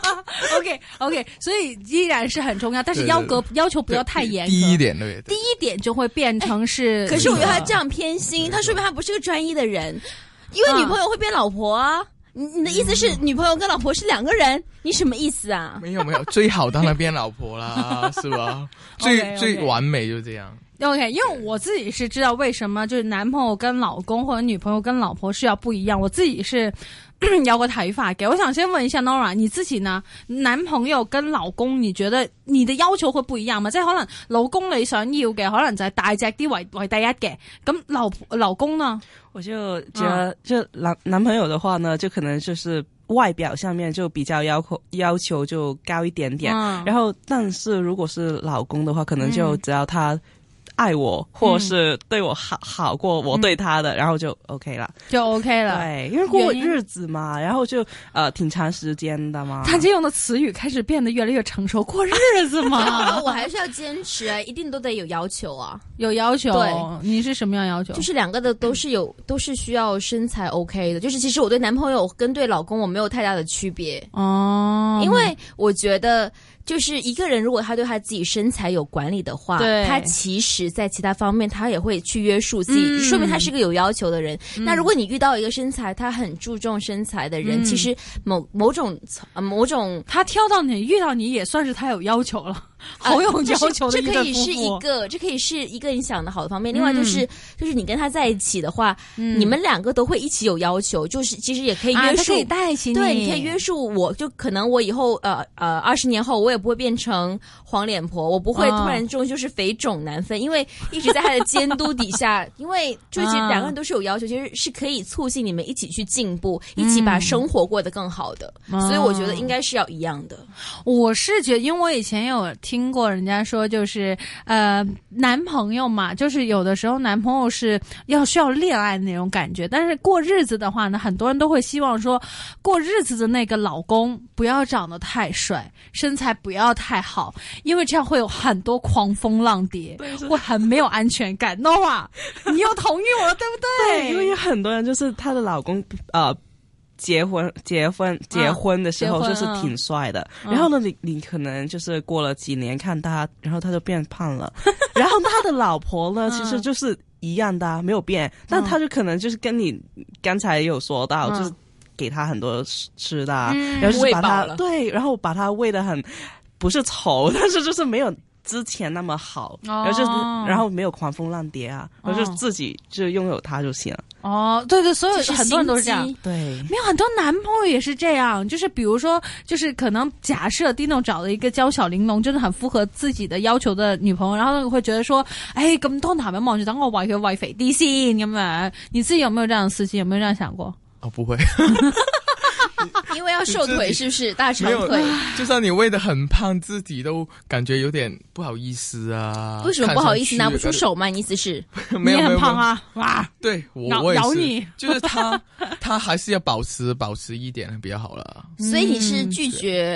？OK， 所以依然是很重要，但是要求不要太嚴格。 第一點對， 第一點就會變成是。 可是我覺得他這樣偏心，他說明他不是個專一的人，因為女朋友會變老婆啊。你的意思是女朋友跟老婆是兩個人？你什麼意思啊？ 沒有，最好當然變老婆啦，是吧？最完美就這樣。 OK， 因為我自己是知道為什麼就是男朋友跟老公或者女朋友跟老婆是要不一樣，我自己是有個睇法嘅。我想先問一下 Nora， 你自己呢？男朋友跟老公，你覺得你的要求會不一樣嗎？即係可能老公你想要嘅，可能就係大隻啲為第一嘅，咁老公呢？ 我就覺得，就男朋友的話呢，就可能就是外表上面就比較要求就高一點點，然後但是如果是老公的話，可能就只要他愛我，或是對我好過我對他的，然後就 OK 了， 就 OK 了。 對，因為過日子嘛，然後就挺長時間的嘛。 他今用的詞語開始變得越來越成熟，過日子嘛。 我還是要堅持啊，一定都得有要求啊， 有要求。 對， 你是什麼樣要求？ 就是兩個的都是需要身材 OK 的。就是其實我對男朋友跟對老公我沒有太大的區別哦，因為我覺得。就是一個人如果他對他自己身材有管理的話，他其實在其他方面他也會去約束自己，說明他是個有要求的人。那如果你遇到一個身材他很注重身材的人，其實某種他挑到你遇到你也算是他有要求了，好有要求的一對夫婦。 這可以是一個你想的好的方面。另外就是你跟他在一起的話，你們兩個都會一起有要求，就是其實也可以約束， 他可以帶起你， 對，你可以約束我，就可能我以後20年後我也不會變成黃臉婆，我不會突然中就是肥腫難分，因為一直在他的監督底下，因為就其實兩個人都是有要求，其實是可以促進你們一起去進步，一起把生活過得更好的，所以我覺得應該是要一樣的。 我是覺得，因為我以前有聽過人家說，就是男朋友嘛，就是有的時候男朋友是需要戀愛的那種感覺，但是過日子的話呢，很多人都會希望說，過日子的那個老公不要長得太帥，身材不要太好，因為這樣會有很多狂風浪蝶，會很沒有安全感。Nora， 你又同意我了，對不對？ 對，因為有很多人就是她的老公結婚的時候就是挺帥的，然後呢你可能就是過了幾年看他，然後他就變胖了，然後他的老婆呢其實就是一樣的沒有變，但他就可能就是跟你剛才有說到，就是給他很多吃的，然後就是把他對，然後把他餵得很不是醜，但是就是沒有之前那麼好，然後沒有狂風浪蝶啊，然後就自己就擁有它就行了。 哦，對，所有很多人都是這樣， 對， 沒有很多男朋友也是這樣，就是比如說，就是可能假設 Dino 找了一個嬌小玲瓏，真的很符合自己的要求的女朋友，然後會覺得說，哎，咁多男人望住，等我為佢餵肥啲先咁樣。你自己有沒有這樣的事情？有沒有這樣想過？ 哦，不會。 因為要瘦腿是不是大長腿？ 就算你餵得很胖，自己都感覺有點不好意思啊。 為什麼不好意思？拿不出手嗎？你意思是？ 你也很胖啊！哇， 對，我也是，就是他還是要保持一點比較好了。 所以你是拒絕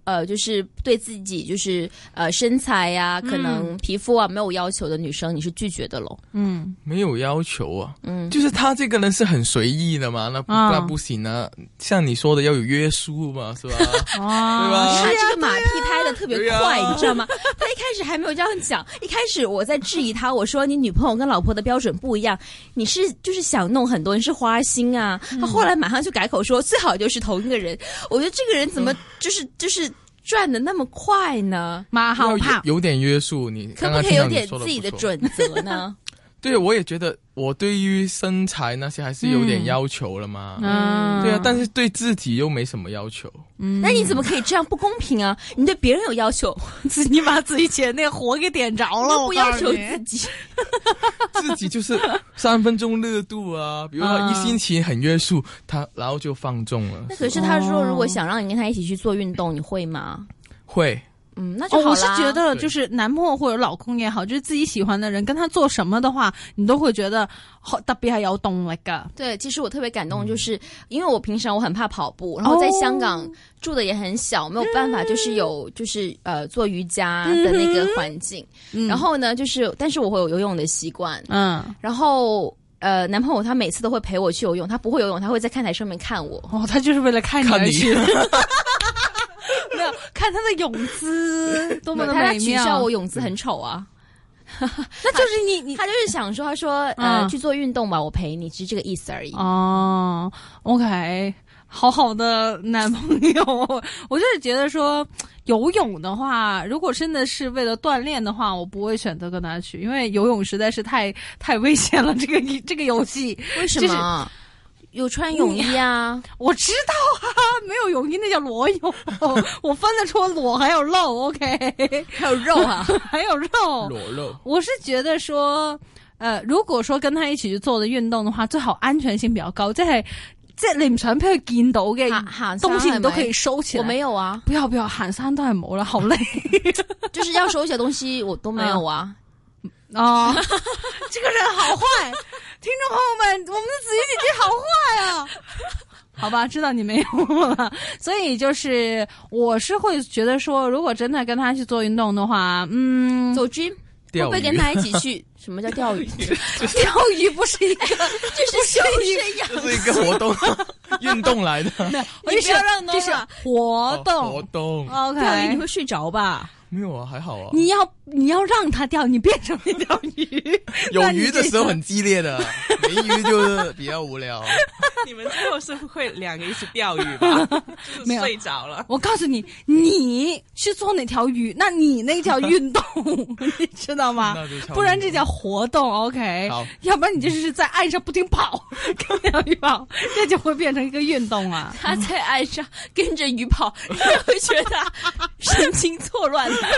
就是对自己就是身材呀、可能皮肤啊没有要求的女生，你是拒绝的咯？ 没有要求啊，就是他这个人是很随意的嘛，那不行啊，像你说的要有约束嘛，是吧？对吧？ 他这个马屁拍的特别快，你知道吗？他一开始还没有这样讲，一开始我在质疑他，我说你女朋友跟老婆的标准不一样，你是就是想弄很多人是花心啊，他后来马上就改口说最好就是同一个人。我觉得这个人怎么就是转的那么快呢？ 马好怕有点约束，你可不可以有点自己的准则呢？ 对，我也觉得我对于身材那些还是有点要求了嘛。对啊，但是对自己又没什么要求。 那你怎么可以这样不公平啊？你对别人有要求， 你把自己前那个火给点着了， 不要求自己。 自己就是3分钟热度啊，比如说一星期很约束他，然后就放纵了。 那可是他说，如果想让你跟他一起去做运动，你会吗？ 会。 那就好啦。 我是觉得就是男朋友或者老公也好，就是自己喜欢的人跟他做什么的话，你都会觉得特别係有動力㗎。 对，其实我特别感动，就是因为我平常我很怕跑步，然后在香港住的也很小，没有办法就是有就是做瑜伽的那个环境。然后呢，就是但是我会有游泳的习惯。然后男朋友他每次都会陪我去游泳，他不会游泳，他会在看台上面看我。 他就是为了看你而去。没有看他的泳姿多么的美妙， 他取笑我泳姿很丑啊。 那就是你他就是想说，他说去做运动吧，我陪你，只是这个意思而已。 哦 ，OK， 好好的男朋友，我就是觉得说游泳的话，如果真的是为了锻炼的话，我不会选择跟他去，因为游泳实在是太危险了。这个游戏为什么？有穿泳衣啊， 我知道啊，没有泳衣那叫裸泳，我分得出裸还有肉 ，OK， 还有肉啊， 还有肉， 裸肉。我是觉得说，如果说跟他一起去做的运動的話，最好安全性比較高，即係你唔想俾佢見到嘅東西，你都可以收起來。 我沒有啊， 不要行山都係冇啦，好累。 就是要收起來東西，我都沒有啊。 哦，這個人好壞。聽眾朋友們，我們的子瑜姐姐好壞啊！好吧，知道你沒有了，所以就是我是會覺得說，如果真的跟他去做運動的話， 走 gym 會不會跟他一起去？什麼叫釣魚？ 釣魚不是一個，就是休息， 這是一個活動，運動來的。 你不要讓這是活動， 活動。 OK， 釣魚你會睡着吧？ 沒有啊，還好啊。 你要讓他釣，你變成一條魚。 有魚的時候很激烈的，沒魚就是比較無聊。 你們最後是會兩個一起釣魚吧？ 沒有， 睡着了。 我告訴你，你去做那條魚，那你那叫運動，你知道嗎？不然這叫活動 ，OK？ 好，要不然你就是在岸上不停跑，跟着魚跑，這就會變成一個運動啊。 他在岸上跟着魚跑，你會覺得神經錯亂的。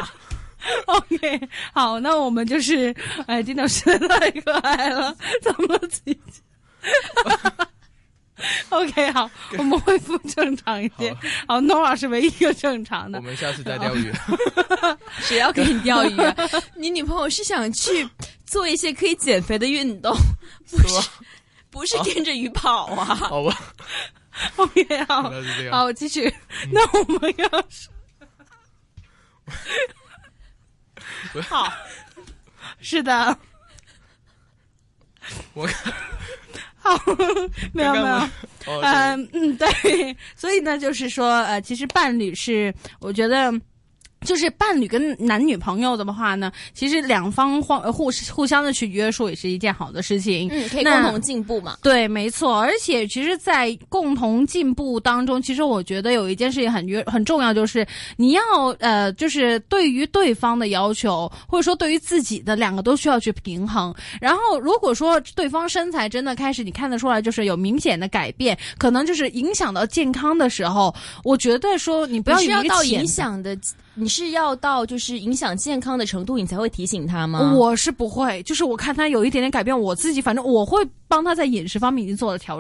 OK， 好，那我們就是今天實在太可愛了，怎麼自己？OK， 好，我們恢復正常一點。好 ，Nora 是唯一一個正常的。 我們下次再釣魚。 誰要跟你釣魚啊？你女朋友是想去做一些可以減肥的運動，不是跟着魚跑啊？ 好吧。 OK， 好，好，繼續。那我們要說。好，是的， 我好，没有，对，所以呢，就是说，其实伴侣是，我觉得。就是伴侣跟男女朋友的话呢，其实两方互相的去约束也是一件好的事情。 可以共同进步嘛。 对，没错。而且其实在共同进步当中，其实我觉得有一件事情很重要，就是你要就是对于对方的要求，或者说对于自己的，两个都需要去平衡。然后如果说对方身材真的开始你看得出来就是有明显的改变，可能就是影响到健康的时候，我觉得说你不要有一个影响的。你是要到就是影响健康的程度，你才会提醒他吗？ 我是不会，就是我看他有一点点改变，我自己反正我会帮他在饮食方面已经做了调整。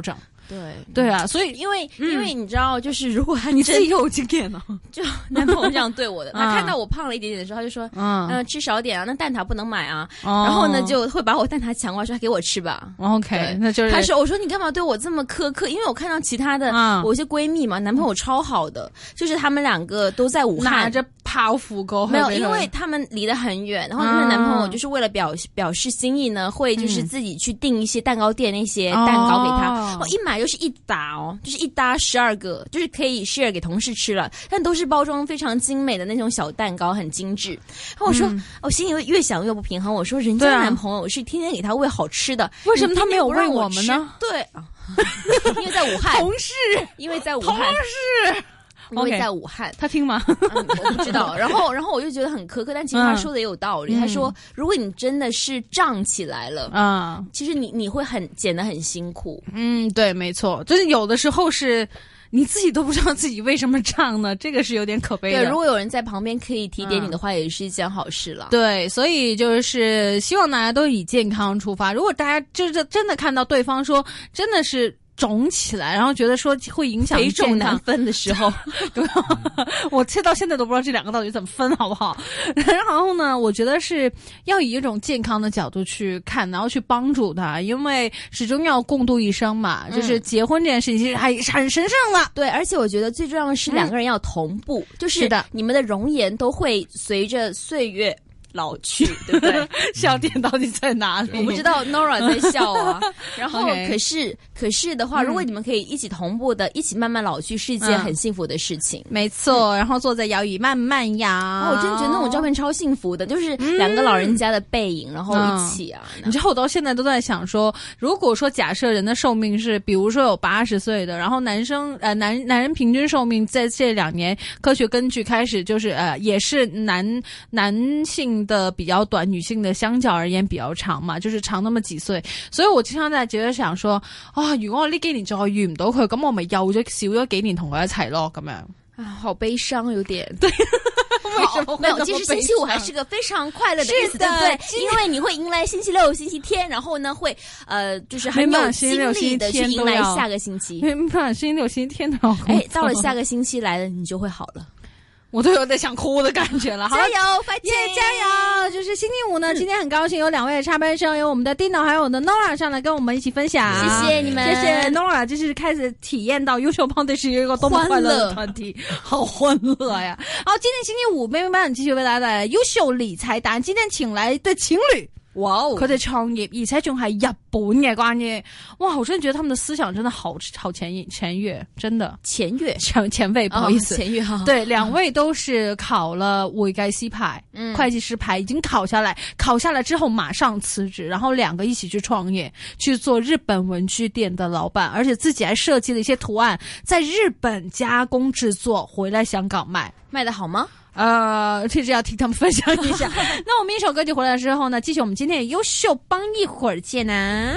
对啊，所以因为你知道，就是如果他你自己有经验呢， 就男朋友这样对我的，他看到我胖了一点点的时候，他就说，吃少点啊，那蛋挞不能买啊，然后呢就会把我蛋挞抢过来说，给我吃吧。 OK， 那就是他说，我说你干嘛对我这么苛刻？因为我看到其他的我一些闺蜜嘛，男朋友超好的，就是他们两个都在武汉， 拿着泡芙沟， 没有，因为他们离得很远，然后那个男朋友就是为了表示心意呢，会就是自己去订一些蛋糕店那些蛋糕给他，一买就是一打就是一打12个，就是可以 share 给同事吃了，但都是包装非常精美的那种小蛋糕，很精致。然后我说，我心里越想越不平衡，我说人家男朋友是天天给他喂好吃的， 为什么他没有喂我们呢？ 对，因为在武汉， 同事， 因为在武汉，同事。 因为在武汉， 他听吗？ 我不知道。然后我就觉得很苛刻，但其实他说的也有道理。他说，如果你真的是胀起来了，其实你会减得很辛苦。 对，没错，就是有的时候是你自己都不知道自己为什么胀呢，这个是有点可悲的。 对，如果有人在旁边可以提点你的话，也是一件好事了。 对，所以就是希望大家都以健康出发。如果大家就是真的看到对方说真的是肿起来，然后觉得说会影响肥重难分的时候， 我到现在都不知道这两个到底怎么分，好不好？然后呢，我觉得是要以一种健康的角度去看，然后去帮助他，因为始终要共度一生嘛。就是结婚这件事情其实还是很神圣的。 对，而且我觉得最重要的是两个人要同步，就是你们的容颜都会随着岁月老去，对不对？ 笑点到底在哪里？ 我不知道 Nora 在笑啊。然后可是的话，如果你们可以一起同步的，一起慢慢老去，是一件很幸福的事情。 没错，然后坐在摇椅慢慢摇。 我真的觉得那种照片超幸福的，就是两个老人家的背影，然后一起啊。 你知道我到现在都在想说，如果说假设人的寿命是，比如说有80岁的，然后男人平均寿命在这2年，科学根据开始就是也是男性的比较短，女性的相较而言比较長嘛，就是長那麼幾歲。所以我經常在覺得想說，如果我呢幾年再遇唔到佢，咁我咪又少咗幾年同佢一齊咯，咁樣。 好悲傷，有點。 對。為什麼沒有，其實星期五還是個非常快樂的日子，對不對？因為你會迎來星期六、星期天，然後呢會就是很有精力的去迎來下個星期。 星期六、星期天都要。 到了下個星期來了，你就會好了。 我都有點想哭的感覺了， 加油，快點， 加油！就是星期五呢，今天很高興有2位的插班生，有我們的 Dino 還有我們的 Nora 上來跟我們一起分享。 謝謝你們， 謝謝 Nora，就是開始體驗到優秀幫隊是一個多麼快樂的團體，好歡樂呀！好，今天星期五，妹妹班繼續為大家帶來優秀理財答案。今天請來對情侶。哇哦！佢哋創業，而且仲係日本嘅關於，哇！我真的覺得他們的思想真的好前衛，真的前衛，不好意思， 前衛哈。 對，2位都是考了會計師牌、會計師牌，已經考下來之後馬上辭職，然後2個一起去創業，去做日本文具店的老闆，而且自己還設計了一些圖案，在日本加工製作，回來香港賣得好嗎？ 其實要聽他們分享一下。那我們一首歌曲回來之後呢，繼續我們今天的優秀幫，一會兒見啊。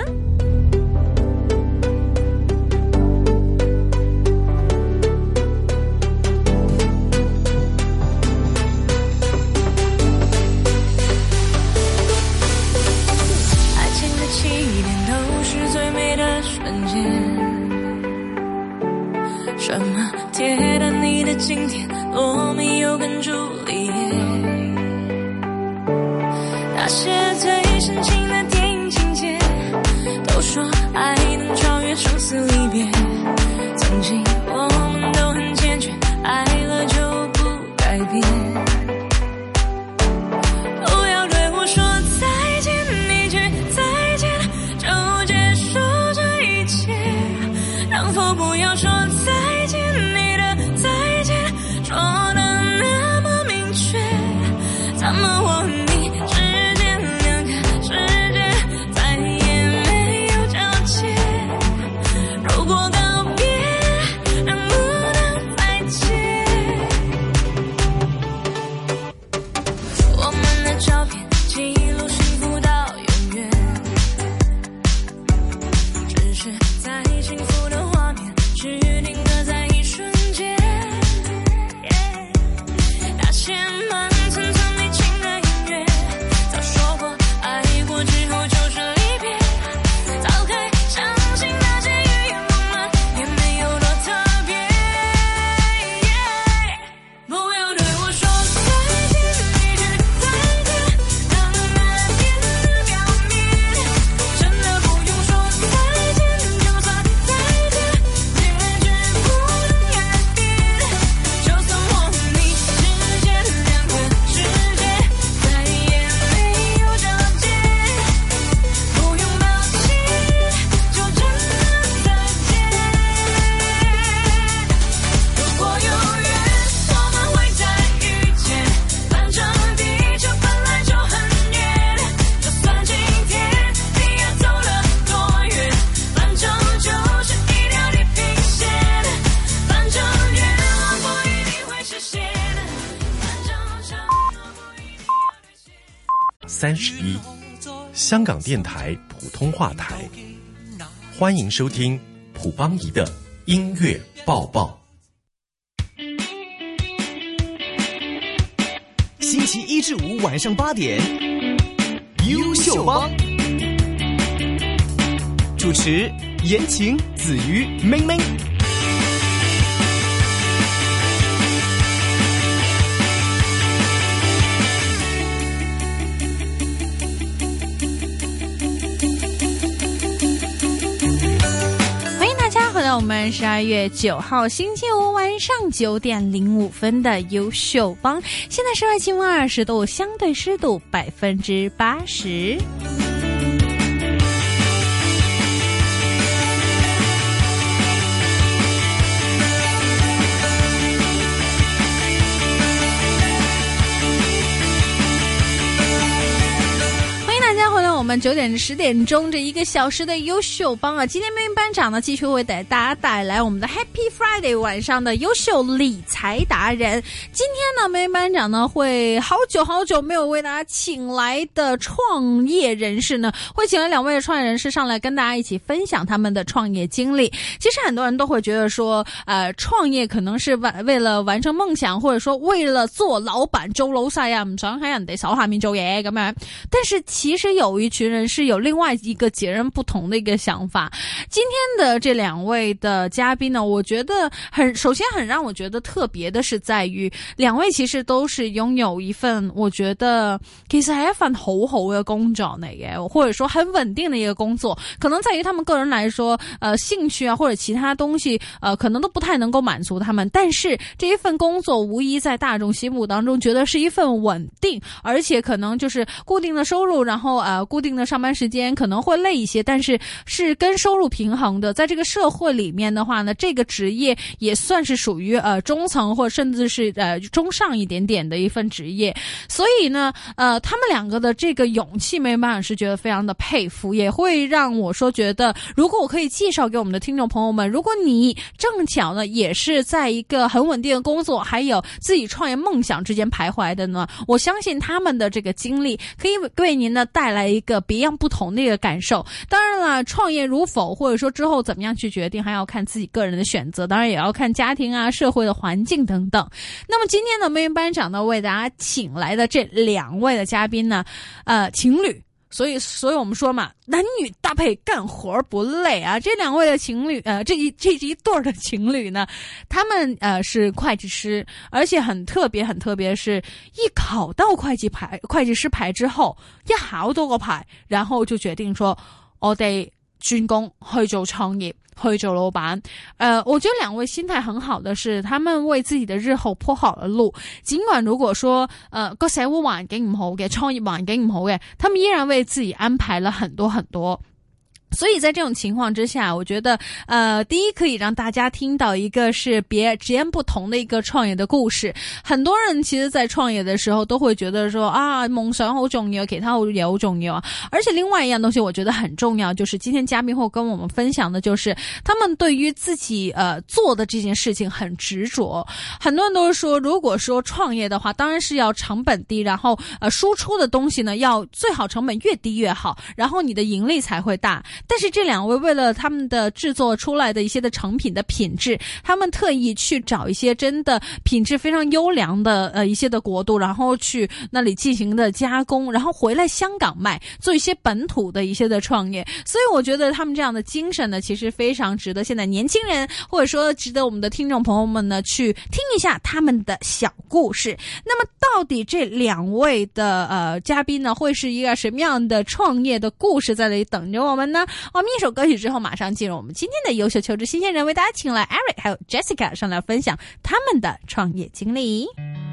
愛情的起點都是最美的瞬間，什麼鐵達尼的經典，羅密歐跟朱麗葉，那些最深情的電影情節，都說愛能超越生死離別，曾經我們都很堅決，愛了就不改變，不要對我說再見，一句再見就結束這一切，能否不要說再見，你的再見說得那麼明確，怎麼我你之間兩個世界再也沒有交集，如果告別 31，香港电台普通话台。欢迎收听普邦仪的音乐报报。 星期一至五晚上8点，优秀帮主持言情、子瑜、明明。 我们12月9号星期五晚上9点05分的优秀帮，现在室外气温20度，相对湿度80%。我们9点至10点钟这1个小时的优秀帮啊，今天妹妹班长呢继续为大家带来我们的 Happy Friday 晚上的优秀理财达人。今天呢，妹妹班长呢会好久没有为大家请来的创业人士呢，会请来2位的创业人士上来跟大家一起分享他们的创业经历。其实很多人都会觉得说，创业可能是为了完成梦想，或者说为了做老板做老細啊，唔想喺人哋手下面做嘢咁樣。但是其實有一群人是有另外一個截然不同的一個想法。今天的這2位的嘉賓呢，我覺得首先很讓我覺得特別的是在於2位其實都是擁有一份我覺得其實係一份好好嘅工作嚟嘅，或者說很穩定的一個工作。可能在於他們個人來說，興趣啊或者其他東西可能都不太能夠滿足他們，但是這一份工作無疑在大眾心目當中覺得是一份穩定，而且可能就是固定的收入，然後固定的上班時間可能會累一些，但是是跟收入平衡的。在這個社會裡面的話呢，這個職業也算是屬於中層或甚至是中上一點點的一份職業。所以呢他們2個的這個勇氣沒辦法是覺得非常的佩服，也會讓我說覺得如果我可以介紹給我們的聽眾朋友們，如果你正巧呢也是在一個很穩定的工作還有自己創業夢想之間徘徊的呢，我相信他們的這個經歷可以為您呢帶來一個別樣不同的一個感受。當然了，創業如否或者說之後怎麼樣去決定還要看自己個人的選擇，當然也要看家庭啊社會的環境等等。那麼今天呢，妹妹班長呢為大家請來的這2位的嘉賓呢情侶，所以我們說嘛，男女搭配幹活不累啊。這2位的情侶這一對的情侶呢，他們是會計師，而且很特別是一考到會計師牌之後，一考到個牌，然後就決定說我哋轉工去做創業，去做老闆。我覺得2位心態很好的是，他們為自己的日後鋪好了路。儘管如果說個社會環境唔好嘅，創業環境唔好嘅，他們依然為自己安排了很多很多。所以在這種情況之下，我覺得第一可以讓大家聽到一個是截然不同的一個創業的故事。很多人其實在創業的時候都會覺得說啊，夢想好重要，其他也好重要啊。而且另外一樣東西我覺得很重要，就是今天嘉賓會跟我們分享的就是他們對於自己做的這件事情很執着。很多人都說，如果說創業的話，當然是要成本低，然後輸出的東西呢要最好成本越低越好，然後你的盈利才會大。但是這2位為了他們的製作出來的一些的成品的品質，他們特意去找一些真的品質非常優良的一些的國度，然後去那裡進行的加工，然後回來香港賣，做一些本土的一些的創業。所以我覺得他們這樣的精神呢，其實非常值得現在年輕人或者說值得我們的聽眾朋友們呢去聽一下他們的小故事。那麼到底這2位的嘉賓呢會是一個什麼樣的創業的故事在那裡等着我們呢？我們一首歌曲之後馬上進入我們今天的優秀求職新鮮人，為大家請來 Eric 還有 Jessica 上來分享他們的創業經歷。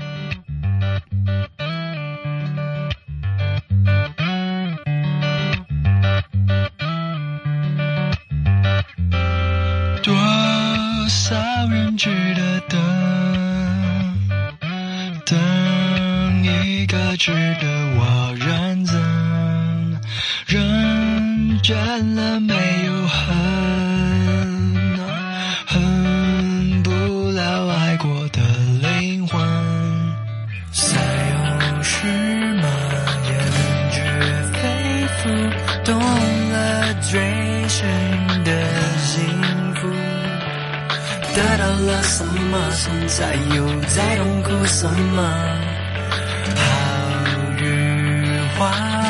多少人值得等一個值得我認真倦了沒有恨不了愛過的靈魂，才有時蔓延追寻的幸福，得到了什么，现在又在痛苦什么？好与坏。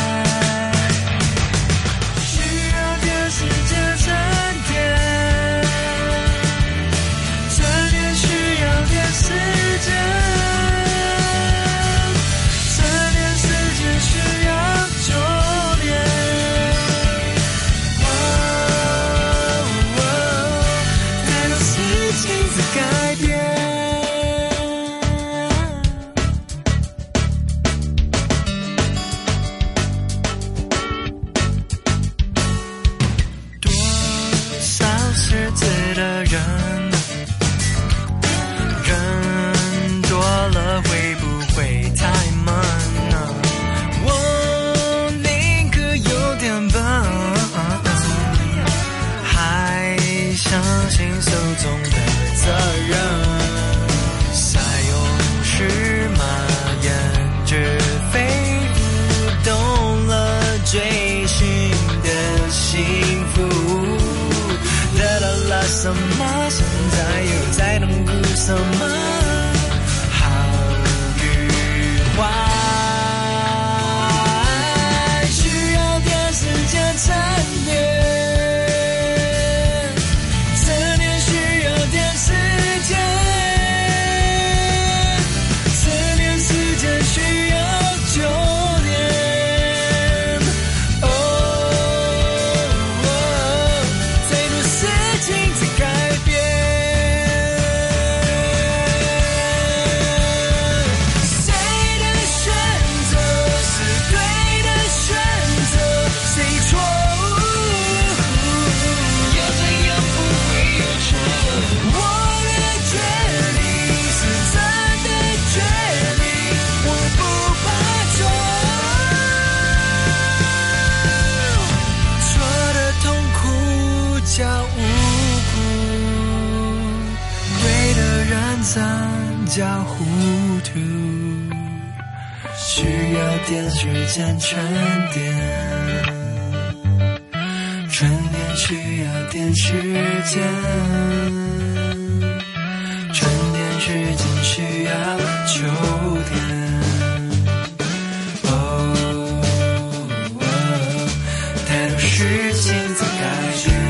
什么？现在又在痛苦什么？好与坏，需要点时间沉淀，沉淀需要点时间，沉淀时间需要9年。哦，再多事情。叫糊涂，需要点时间沉淀，沉淀需要点时间，沉淀时间需要9天。太多事情在改变。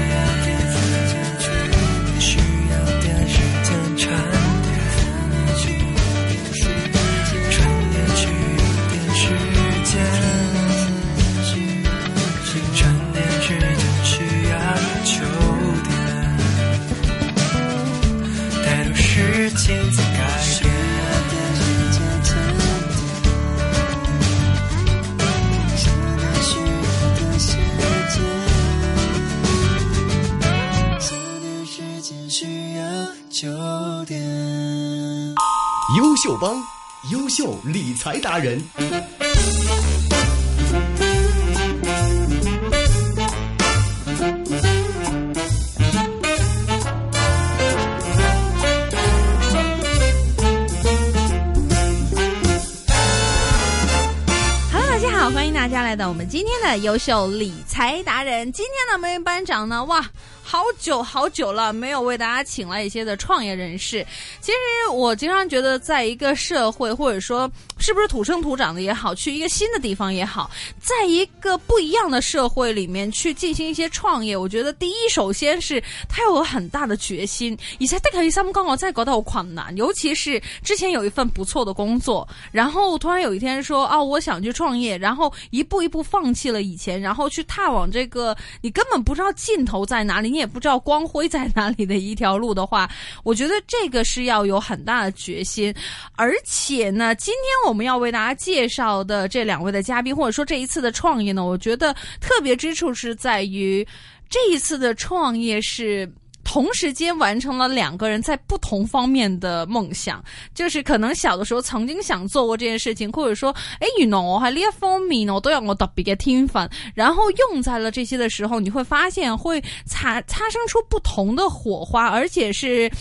优秀帮，优秀理财达人。 欢迎大家来到我们今天的优秀理财达人。今天呢，梅班长呢，哇，好久了没有为大家请来一些的创业人士。其实我经常觉得，在一个社会，或者说是不是土生土长的也好，去一个新的地方也好，在一个不一样的社会里面去进行一些创业，我觉得第一，首先是他有很大的决心，而且的確心講我真係覺得好困難，尤其是之前有一份不錯的工作，然後突然有一天說啊，我想去創業，然後一步一步放棄了以前，然後去踏往這個你根本不知道盡頭在哪裡，你也不知道光輝在哪裡的一條路的話，我覺得這個是要有很大的決心。而且呢，今天我們要為大家介紹的這兩位的嘉賓，或者說這一次的創業呢，我覺得特別之處是在於這一次的創業是同時間完成了兩個人在不同方面的夢想，就是可能小的時候曾經想做過這件事情，或者說原來我喺呢一方面我都有我特別嘅天分，然後用在了這些的時候，你會發現會產生出不同的火花，而且是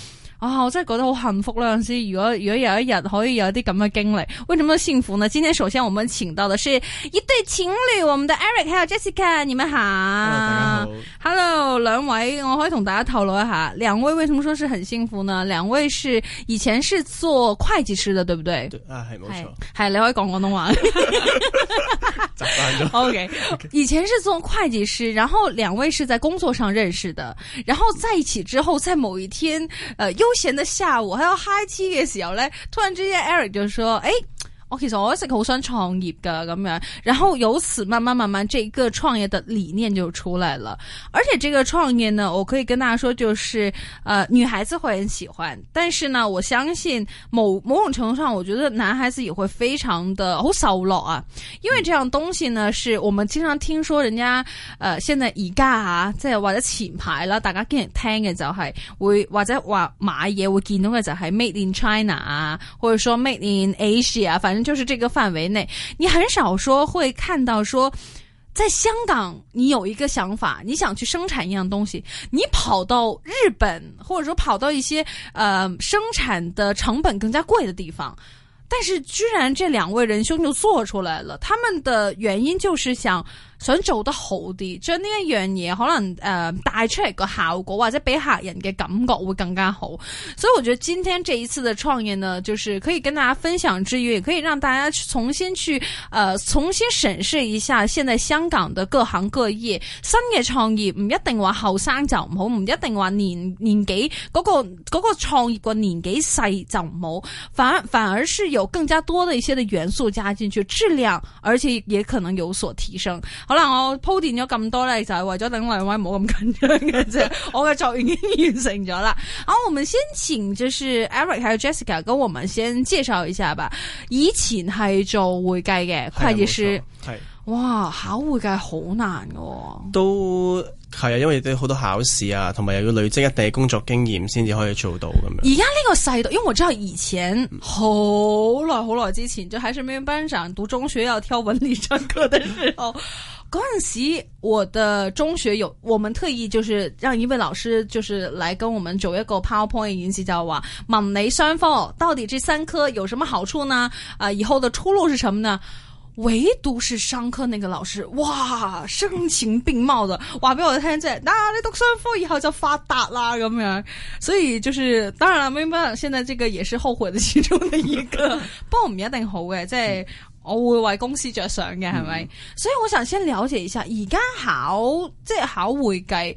我真係覺得好幸福啦！有陣時如果有一日可以有啲咁嘅經歷，為什麼幸福呢？今天首先我們請到的是一對情侶，我們的 Eric 還有 Jessica， 你們好。Hello， 大家好。Hello， 兩位，我可以同大家透露一下，兩位為什麼說是很幸福呢？兩位是以前是做會計師的，對不對？對啊，係冇錯。係你可以講廣東話。習慣咗。OK， 以前是做會計師，然後兩位是在工作上認識的，然後在一起之後，在某一天，悠閒的下午，喺度 high tea 嘅時候咧，突然之間 Eric 就說：其實我一直好想創業㗎咁樣，然後由此慢慢這個創業的理念就出來了。而且這個創業呢，我可以跟大家說，就是女孩子會很喜歡，但是呢，我相信某種程度上，我覺得男孩子也會非常的好受落啊。因為這樣東西呢，是我們經常聽說人家現在而家啊，即係或者前排啦，大家經常聽嘅就係會或者話買嘢會見到嘅就係 Made in China 啊，或者說 Made in Asia，反正就是這個範圍內，你很少說會看到說，在香港你有一個想法，你想去生產一樣東西，你跑到日本，或者說跑到一些生產的成本更加貴的地方，但是居然這兩位仁兄就做出來了。他們的原因就是想做得好啲，將呢一樣嘢可能帶出嚟個效果，或者俾客人嘅感覺會更加好。所以我覺得今天這一次的創業呢，就是可以跟大家分享之餘，也可以讓大家重新審視一下現在香港的各行各業新嘅創業，唔一定話後生就唔好，唔一定話年紀嗰個創業個年紀細就唔好，反而是有更加多的一些的元素加進去，質量而且也可能有所提升。可能我鋪墊咗咁多咧，就係為咗等兩位唔好咁緊張嘅啫。我嘅作用已經完成咗啦。好，我們先請就是 Eric 還有 Jessica 跟我們先介紹一下吧。以前係做會計嘅會計師，係哇，考會計好難嘅。都係啊，因為都好多考試啊，同埋又要累積一定嘅工作經驗先至可以做到咁樣。而家呢個世代，因為我知道以前好耐之前，就還是沒有班長讀中學要挑文理上課的時候。嗰陣時，我的中學我們特意就是讓一位老師就是來跟我們做一個 PowerPoint 演示，叫話文理雙科到底這三科有什麼好處呢？以後的出路是什麼呢？唯獨是商科那個老師，哇，聲情並茂的話俾我聽，即係你讀商科以後就發達啦咁樣。所以就是當然啦，明白現在這個也是後悔的其中的一個，不過唔一定好嘅，即係。我會為公司着想嘅，係咪？所以我想先了解一下，而家考會計，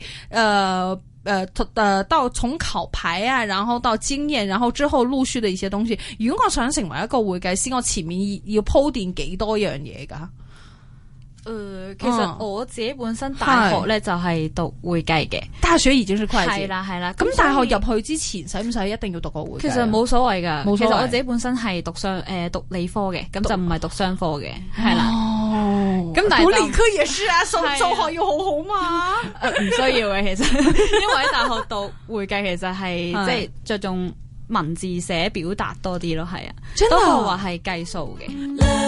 到從考牌啊，然後到經驗，然後之後陸續的一些東西。如果我想成為一個會計師，我前面要鋪墊幾多樣嘢噶？其實我自己本身大學咧就係讀會計嘅，大學已經是會計。係啦。咁大學入去之前使唔使一定要讀個會計？其實冇所謂噶，其實我自己本身係讀理科嘅，咁就唔係讀商科嘅，係啦。咁但係讀理科也是啊，數學要好好嘛。唔需要嘅，其實，因為喺大學讀會計其實係即係着重文字寫表達多啲咯，係啊，都係話係計數嘅。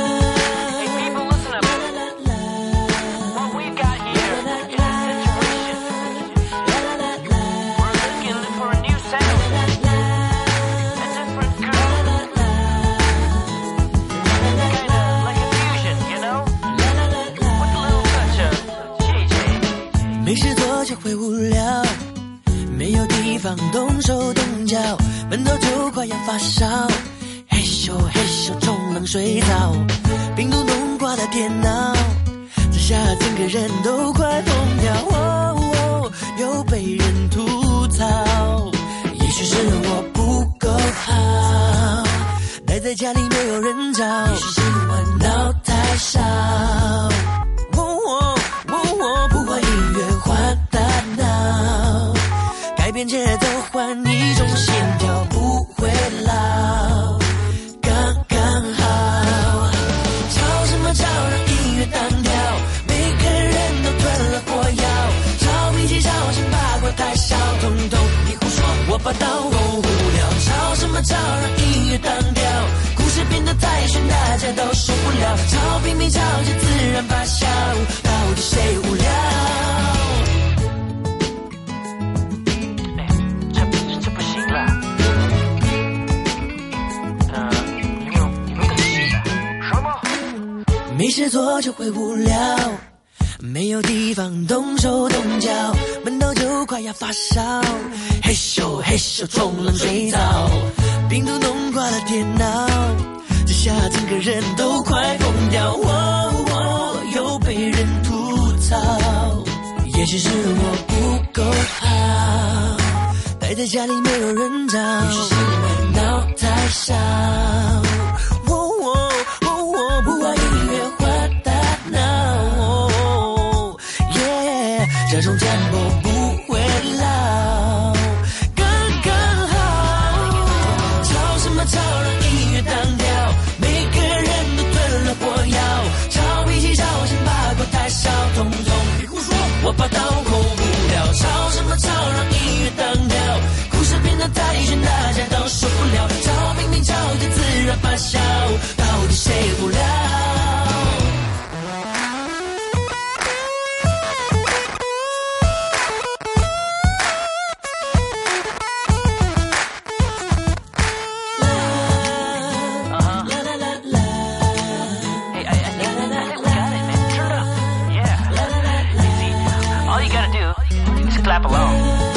没事做就会无聊，没有地方动手动脚，闷头就快要发烧，嘿咻嘿咻冲冷水澡，病毒弄挂了电脑，这下整个人都快疯掉，又被人吐槽，也许是我不够好，待在家里没有人找，也许新闻闹太少，不换音乐换大脑，改变节奏换一种线条，不会老，刚刚好。吵什么吵，让音乐单调，每个人都吞了火药，吵脾气吵成八卦太少，统统你胡说我霸道够无聊。吵什么吵，让音乐单调，故事变得太悬，大家都受不了，吵拼命吵着自然发酵，到底谁无聊？这不行了。 事做就会无聊，没有地方动手动脚，闷到就快要发烧，嘿咻嘿咻冲冷水澡，病毒弄垮了电脑，这下整个人都快疯掉，又被人吐槽，也许是我不够好，待在家里没有人找，也许是我脑太少，不玩音乐换大脑，这种战斗不会老，刚刚好，吵什么吵，让音乐当掉，每个人都吞了火药，吵比起吵先把锅太少，统统别胡说，我怕到后不了，吵什么吵，让音乐当掉，故事变得太悬，大家都受不了，吵明明吵得自然发酵，到底谁不了？ Clap along.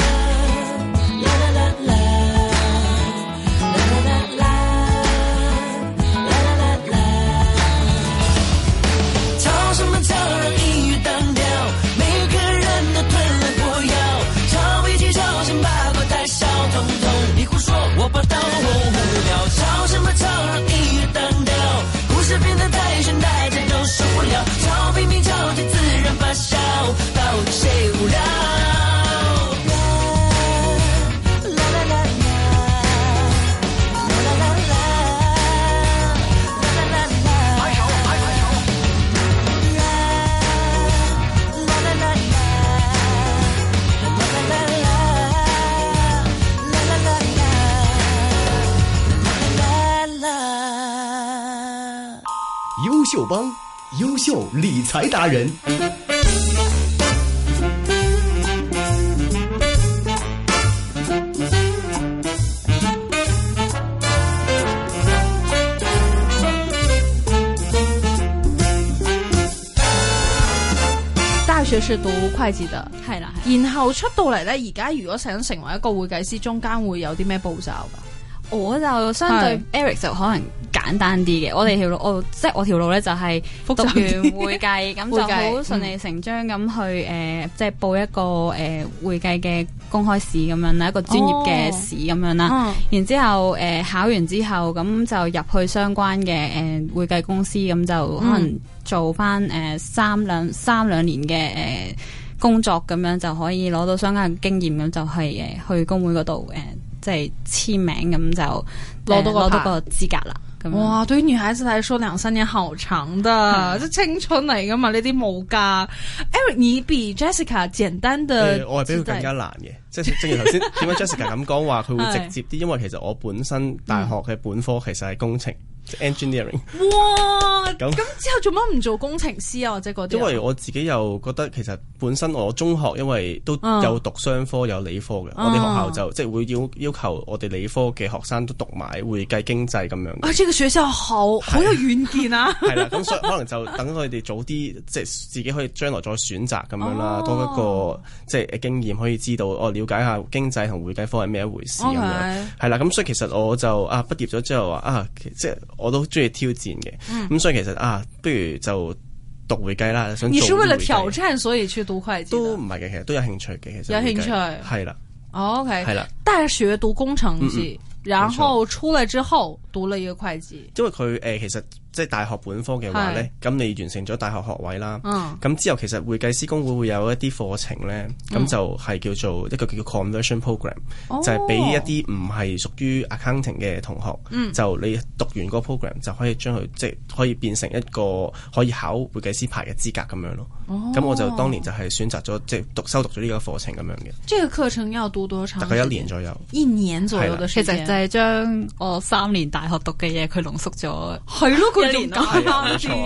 优秀帮，优秀理财达人。 大學是讀會計的， 係啦， 然後出到嚟咧，而家如果想成為一個會計師，中間會有啲咩步驟噶？ 我就相對 Eric 就可能簡單啲嘅，我哋條路，即係我條路咧就係讀完會計，咁就好順理成章咁去即係報一個會計嘅公開試咁樣啦，一個專業嘅試咁樣啦。然之後考完之後，咁就入去相關嘅會計公司，咁就可能做翻三兩年嘅工作咁樣，就可以攞到相關嘅經驗，咁就係去工會嗰度即係簽名，咁就攞到個資格啦。 哇，對於女孩子來說2-3年好長的，即青春嚟噶嘛，呢啲冇噶。Eric 你比 Jessica 簡單的， 我係比佢更加難嘅。即係正如頭先點解 Jessica 咁講話，佢會直接啲，因為其實我本身大學嘅本科其實係工程。engineering 哇，咁之後做乜唔做工程師啊，或者嗰啲？因為我自己又覺得其實本身我中學因為都有讀商科有理科嘅，我哋學校就即係會要求我哋理科嘅學生都讀埋會計經濟咁樣。 啊，這個學校好有遠見啊！ 係啦，咁所以可能就等佢哋早啲，即係自己可以將來再選擇咁樣啦，多一個即係經驗可以知道，了解下經濟同會計科係咩一回事咁樣。係啦，咁所以其實我就畢業咗之後話即係。我都中意挑戰嘅，咁所以其實不如就讀會計啦。想做。你是為了挑戰所以去讀會計？ 都唔係嘅，其實都有興趣嘅。其實有興趣係啦。 OK， 係啦。 大學讀工程系，然後出來之後讀了一個會計。 因為佢其實。即係大學本科嘅話咧，咁你完成咗大學學位啦，咁之後其實會計師公會會有一啲課程咧，咁就係叫做一個叫 conversion program，就係俾一啲唔係屬於 accounting 嘅同學，就你讀完個 program 就可以將佢即係可以變成一個可以考會計師牌嘅資格咁樣咯。咁我就當年就係選擇咗即係修讀咗呢個課程咁樣嘅。 這個課程要讀多長？ 大概1年左右。 1年左右嘅時間。 其實就係將我3年大學讀嘅嘢佢濃縮咗。 係咯。 係冇錯，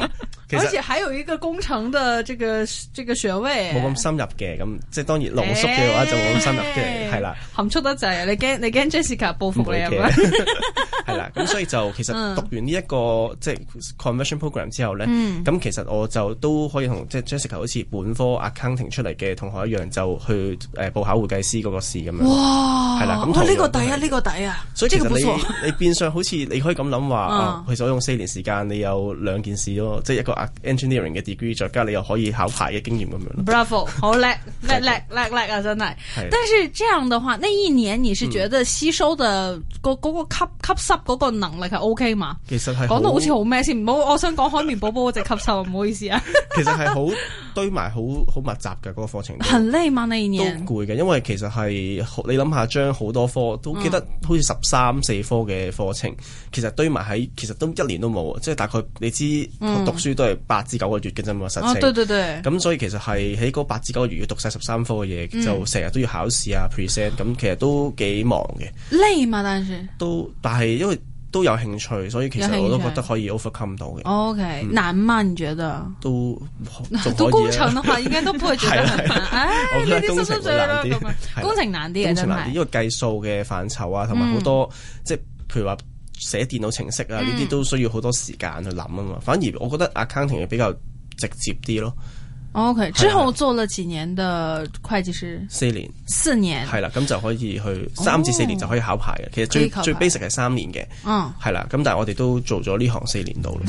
而且還有一個工程的這個學位， 冇咁深入嘅，咁即係當然濃縮嘅話就冇咁深入嘅，係啦。 含蓄得滯，你驚 Jessica 報復你係咪？ 係啦，咁所以就其實讀完呢一個即係 conversion program 之後咧，咁其實我就都可以同即係 Jessica 好似本科 accounting 出嚟嘅同學一樣，就去報考會計師嗰個試咁樣。哇！係啦，咁呢個抵啊！ 所以其實你變相好似你可以咁諗話，其實我用4年時間，你有2件事咯，即係一個 engineering 嘅 degree， 再加你又可以考牌嘅經驗咁樣。 Bravo， 好叻啊，真係。但是這樣的話，那一年你是覺得吸收的嗰個吸濕嗰個能力係 OK 嘛？ 其實係講到好似好咩先，唔好，我想講海綿寶寶嗰隻吸收，唔好意思啊。 其實係好堆埋好密集嘅嗰個課程。 很累嗎？那一年都攰嘅，因為其實係你諗下，將好多科都記得好似13-14科嘅課程，其實堆埋喺其實都1年都冇，即係大概你知讀書都係8至9個月嘅啫嘛，實情。 對。 咁所以其實係喺嗰8至9個月要讀晒13科嘅嘢，就成日都要考試啊 present， 咁其實都幾忙嘅。 累嘛， 但係因為都有興趣，所以其實我都覺得可以 overcome 到嘅。 OK，難嗎？你覺得？ 都工程嘅話，應該都不會覺得很難。 我覺得工程會難啲， 工程難啲嘅真係。 因為計數嘅範疇啊，同埋好多即係譬如話寫電腦程式啊，呢啲都需要好多時間去諗啊嘛。反而我覺得 accounting 係比較直接啲咯。 OK， 之後做了幾年的會計師？4年， 係啦，咁就可以去3至4年就可以考牌嘅。其實最 basic 係3年嘅，係啦，咁但係我哋都做咗呢行4年度啦。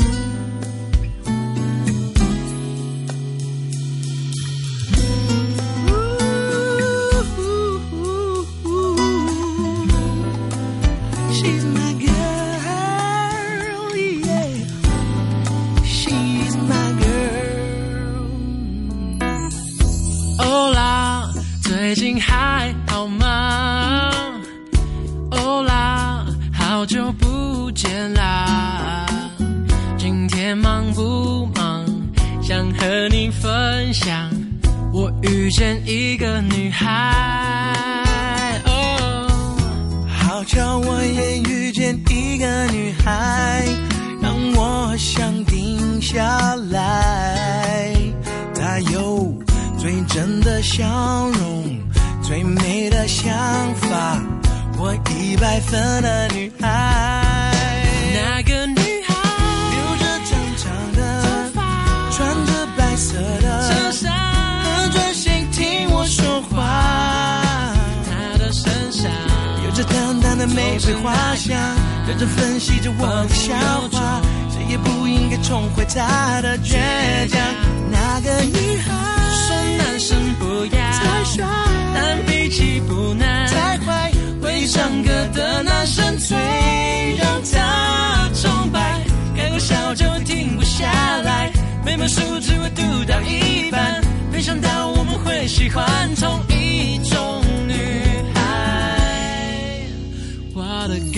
最近還好嗎？歐啦，好久不見啦！今天忙不忙？想和你分享，我遇見一個女孩。好巧，我也遇見一個女孩，讓我想定下來。她有最真的笑容，最美的想法，我100分的女孩。那個女孩留着長長的頭髮，穿着白色的襯衫，很專心聽我說話。她的身上有着淡淡的玫瑰花香，認真分析着我的笑話，誰也不應該寵壞她的倔強。那個女孩男生不要太帥，但脾氣不難太壞，會唱歌的男生最讓他崇拜，開口笑就停不下來，每本書只會讀到一半，沒想到我們會喜歡同一種女孩。What a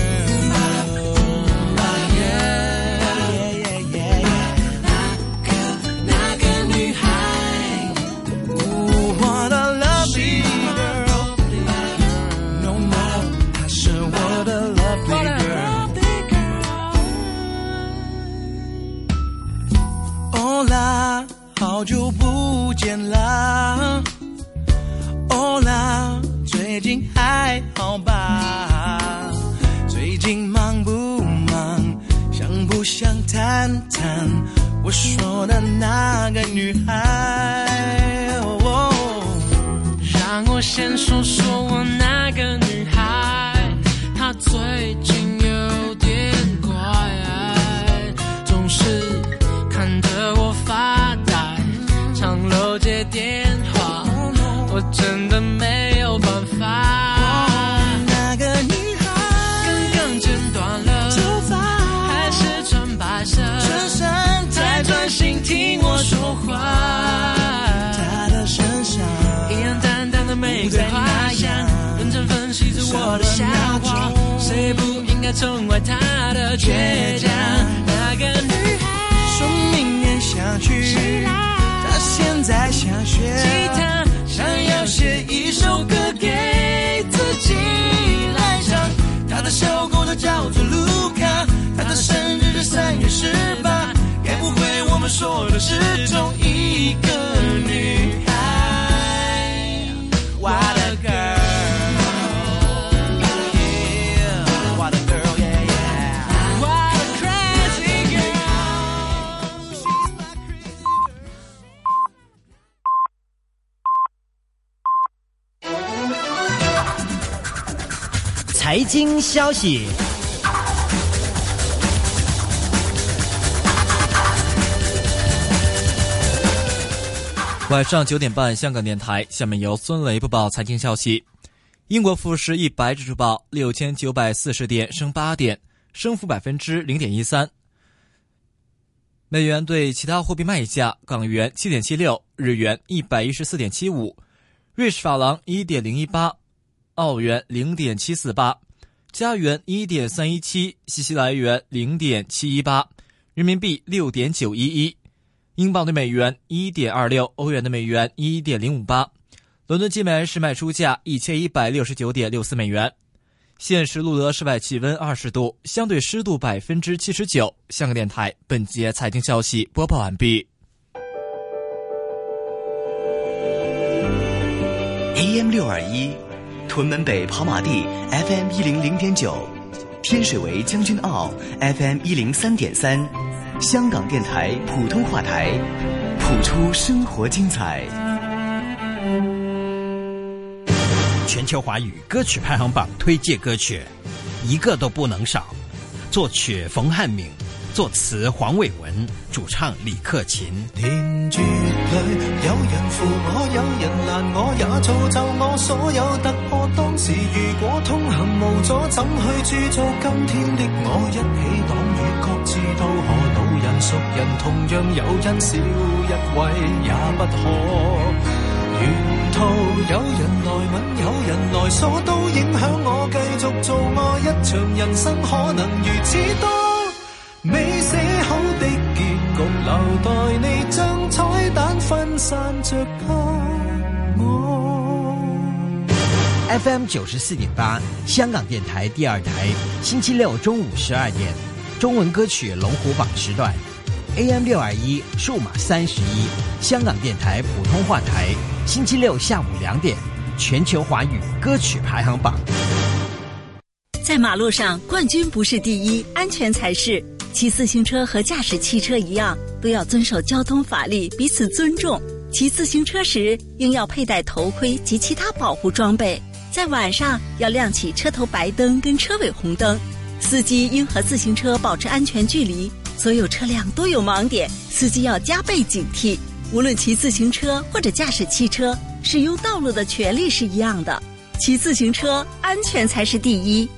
girl。好久不見啦，歐啦，最近還好吧？最近忙不忙？想不想談談我說的那個女孩？讓我先說說我那個女孩，她最近有點怪，總是看着我發呆，常漏接電話，我真的沒有辦法。那個女孩剛剛剪斷了頭髮，還是穿白色襯衫，在專心聽我說話。她的身上一樣淡淡的玫瑰花香，認真分析着我的笑話，誰不應該寵壞她的倔強？那個女孩說明年想去，她現在想學吉他，想要寫一首歌給自己來唱。她的小狗叫做盧卡，她的生日是3月18，該不會我們說之中一个女孩。 What a girl，What a girl，yeah yeah，What a crazy girl。 财经消息。 晚上9点半，香港电台。下面由孙雷播报财经消息。英国富时100指数报6940点，升8点，升幅0.13%。美元对其他货币卖价：港元7.76，日元114.75，瑞士法郎1.018，澳元0.748，加元1.317，新西兰元0.718，人民币6.911。英镑对美元1.26，欧元对美元1.058。伦敦金每安士卖出价1169.64美元。现时录得室外气温20度，相对湿度79%。香港电台本节财经消息播报完毕。 AM621，屯门北跑马地 FM100.9，天水围将军澳 FM103.3。香港电台普通话台，谱出生活精彩。 全球华语歌曲排行榜推介歌曲，一个都不能少。作曲冯汉敏，作词黄伟文，主唱李克勤。 年月里有人扶我，有人攔我，也造就我所有突破。當時如果通行無阻，怎去鑄造今天的我？一起擋雨，各自都可。老人熟人同樣有因，少一位也不可。沿途有人來問，有人來訴，都影響我繼續做我一場人生，可能如此多未寫好的結局，留待你將彩蛋分散着給我。 FM 94.8，香港電台第二台，星期六中午12點，中文歌曲龍虎榜時段 ，AM621數碼31，香港電台普通話台，星期六下午2點，全球華語歌曲排行榜。 在马路上，冠军不是第一，安全才是。骑自行车和驾驶汽车一样，都要遵守交通法律，彼此尊重。骑自行车时，应要佩戴头盔及其他保护装备。在晚上，要亮起车头白灯跟车尾红灯。司机应和自行车保持安全距离。所有车辆都有盲点，司机要加倍警惕。无论骑自行车或者驾驶汽车，使用道路的权利是一样的。骑自行车，安全才是第一。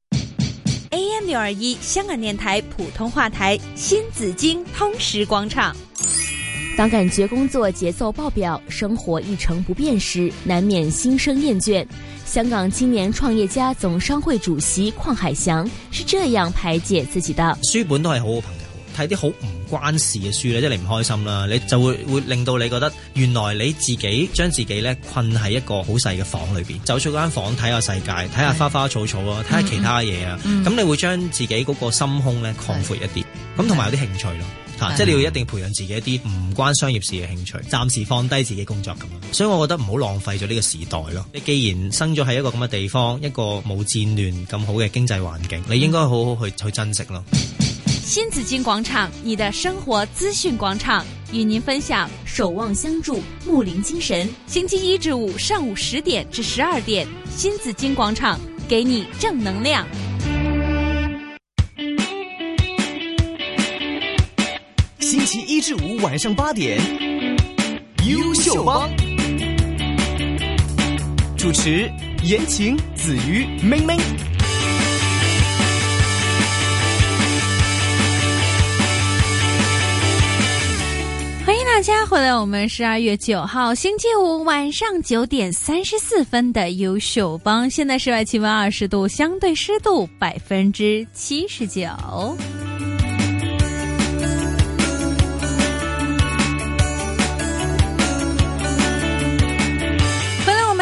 AM621香港电台普通话台，新紫荆通识广场。当感觉工作节奏爆表，生活一成不变時，難免心生厭倦。香港青年創業家總商會主席鄺海翔是這樣排解自己的。 書本都係好好朋友，睇啲好唔關事嘅書咧，即係你唔開心啦，你就會令到你覺得原來你自己將自己咧困喺一個好細嘅房裏邊，走出間房睇下世界，睇下花花草草啊，睇下其他嘢啊，咁你會將自己嗰個心胸咧擴闊一啲，咁同埋有啲興趣咯。即係你要一定培養自己一啲唔關商業事嘅興趣，暫時放低自己工作咁樣。所以我覺得唔好浪費咗呢個時代咯。你既然生咗喺一個咁嘅地方，一個冇戰亂咁好嘅經濟環境，你應該好好去珍惜咯。 新紫荊廣場，你的生活資訊廣場，與您分享守望相助，睦鄰精神。星期一至五上午10點至12點，新紫荊廣場，給你正能量。 星期一至五晚上8點，優秀幫主持言情子瑜妹妹。 欢迎大家回来，我们12月9号星期五晚上9點34分的優秀幫。現在室外氣溫20度，相對濕度79%。Happy Friday。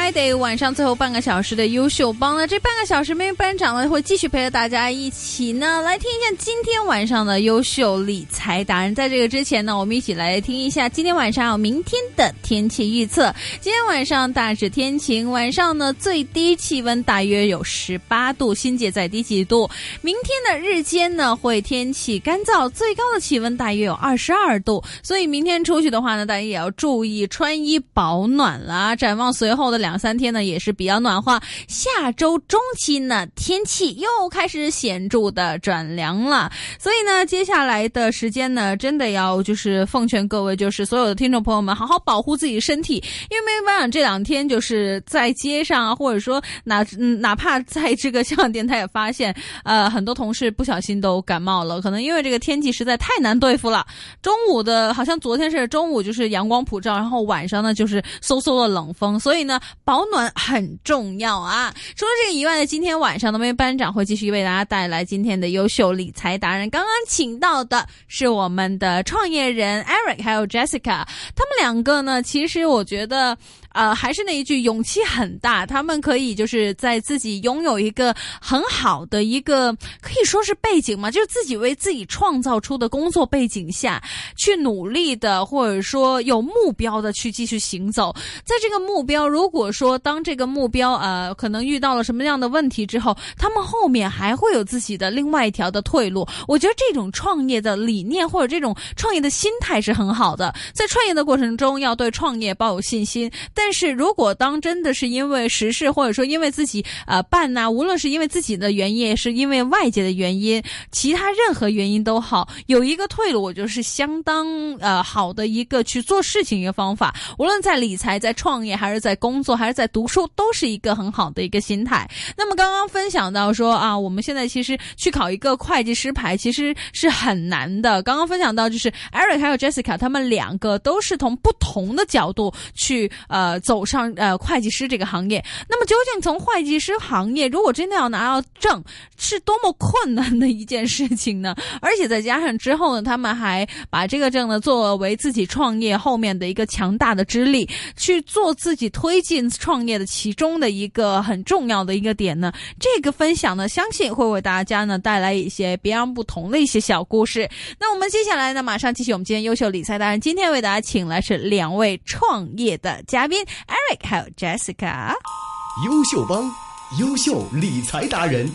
Friday 晚上最后半个小时的优秀帮呢，这半个小时妹妹班长呢会继续陪着大家一起呢来听一下今天晚上的优秀理财达人。在这个之前呢，我们一起来听一下今天晚上有明天的天气预测。今天晚上大致天晴，晚上呢最低气温大约有18度，新界再低几度。明天的日间呢会天气干燥，最高的气温大约有22度，所以明天出去的话呢，大家也要注意穿衣保暖啦。展望随后的2-3天呢也是比较暖和，下周中期呢天气又开始显著的转凉了，所以呢接下来的时间呢真的要就是奉劝各位，就是所有的听众朋友们好好保护自己身体，因为没办法这2天就是在街上啊，或者说哪怕在这个香港电台也发现很多同事不小心都感冒了，可能因为这个天气实在太难对付了。中午的好像昨天是中午就是阳光普照，然后晚上呢就是嗖嗖的冷风，所以呢保暖很重要啊。除了这个以外呢，今天晚上的妹妹班长会继续为大家带来今天的优秀理财达人。刚刚请到的是我们的创业人 Eric 还有 Jessica， 他们2个呢其实我觉得还是那一句，勇气很大，他们可以就是在自己拥有一个很好的一个可以说是背景嘛，就是自己为自己创造出的工作背景下去努力的，或者说有目标的去继续行走。在这个目标，如果说当这个目标可能遇到了什么样的问题之后，他们后面还会有自己的另外一条的退路。我觉得这种创业的理念或者这种创业的心态是很好的，在创业的过程中要对创业抱有信心，但是如果当真的是因为时事或者说因为自己办啊，无论是因为自己的原因是因为外界的原因，其他任何原因都好，有一个退路我觉得是相当好的一个去做事情一个方法，无论在理财在创业还是在工作还是在读书，都是一个很好的一个心态。那么刚刚分享到说我们现在其实去考一个会计师牌其实是很难的。刚刚分享到就是 Eric 还有 Jessica 他们2个都是从不同的角度去走上会计师这个行业。那么究竟从会计师行业如果真的要拿到证是多么困难的一件事情呢？而且再加上之后呢，他们还把这个证呢作为自己创业后面的一个强大的支力，去做自己推进创业的其中的一个很重要的一个点呢。这个分享呢相信会为大家呢带来一些别样不同的一些小故事。那我们接下来呢马上继续我们今天优秀理财达人，今天为大家请来是2位创业的嘉宾 Eric 还有 Jessica。 优秀帮优秀理财达人。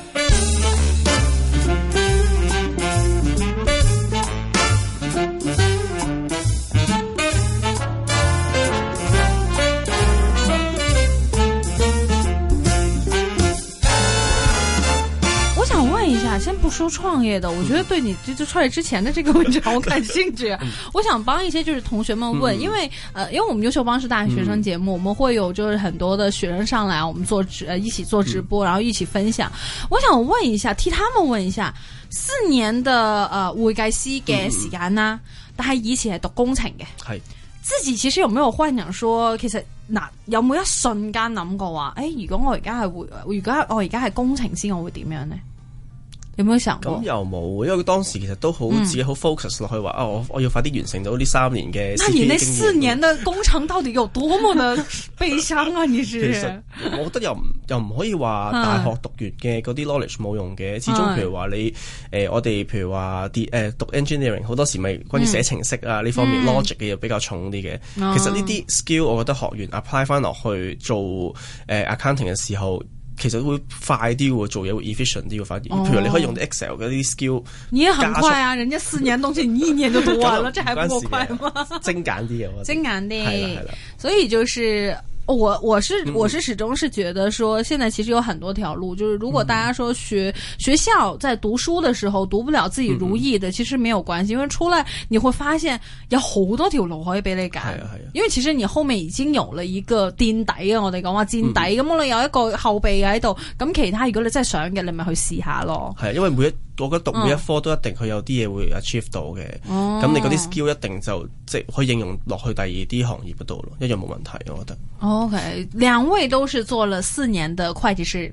先不说创业的，我觉得对你就创业之前的这个问题我感兴趣。我想帮一些就是同学们问，因为我们优秀帮是大学生节目，我们会有就是很多的学生上来，我们一起做直播，然后一起分享。我想问一下，替他們問一下，4年的會計師嘅時間啦，但係以前係讀工程嘅，係自己其實有沒有幻想說，其實有冇一瞬間諗過話，如果我而家係工程師，我會點樣呢？有冇想過？咁又冇，因為當時其實都好自己好 focus 落去話我要快啲完成到呢3年嘅 CPA 經驗。那你那4年的工程到底有多麼的悲傷啊？你是？其實我覺得又唔可以話大學讀完嘅嗰啲 knowledge 冇用嘅，始終譬如話你我哋譬如話讀 engineering 好多時咪關於寫程式啊呢方面 logic 嘅嘢比較重啲嘅。其實呢啲 skill 我覺得學完 apply 翻落去做accounting 嘅時候。其實會快啲喎，做嘢會 efficient 啲喎，反而。譬如你可以用啲 Excel 嗰啲 skill。你也很快啊，人家4年東西你1年就讀完了，這還不夠快嗎？精簡啲嘅，我精簡啲。係啦，所以就是。我是始終是覺得說，現在其實有很多條路，就是如果大家說學校在讀書的時候讀不了自己如意的，其實沒有關係，因為出來你會發現有好多條路可以俾你揀。係啊係啊，因為其實你後面已經有了一個墊底啊，我哋講話墊底咁，你有一個後備喺度，咁其他如果你真係想嘅，你咪去試下咯。係，因為我覺得讀每一科都一定佢有啲嘢會 achieve 到嘅，咁你嗰啲 skill 一定就即係可以應用落去第二啲行業嗰度咯，一樣冇問題，我覺得。OK， 2位都是做了4年的會計師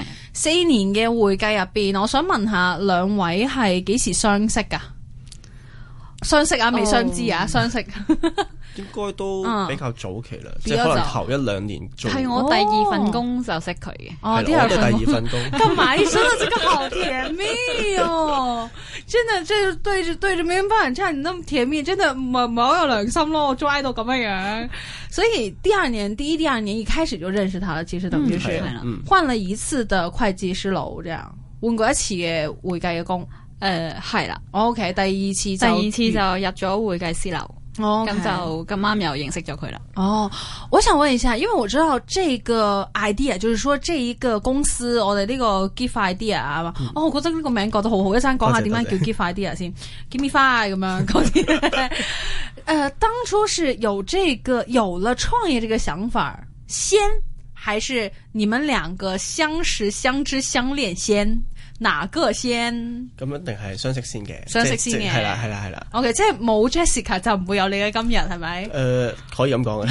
，4年嘅會計入邊，我想問下2位係幾時相識㗎？ 相識啊，未相知啊，相識。 應該都比較早期啦，即係可能頭1-2年做。 係我第2份工就識佢嘅。 哦，我第2份工。 幹嘛？你說的這個好甜蜜哦！真的，這對着梅艷芳演唱你那麼甜蜜，真的唔好有良心咯，拽到咁樣。所以第二年一開始就認識他了，其實等於是換了一次的會計師樓，這樣換過一次嘅會計嘅工。 係啦。 OK， 第二次就入咗會計師樓。 咁就咁啱又認識咗佢啦。 哦，我想問一下，因為我知道這個 idea，就是說這一個公司，我哋呢個 Give Idea 啊，我覺得呢個名覺得好好，一陣講下點解叫 Give Idea 先，Give me five 咁樣嗰啲。當初是有了創業這個想法先，還是你們兩個相識、相知、相戀先？哪個先？ 咁一定係相識先嘅， 相識先嘅， 係啦。 OK， 即係冇 Jessica 就唔會有你嘅今日，係咪？ 可以咁講嘅。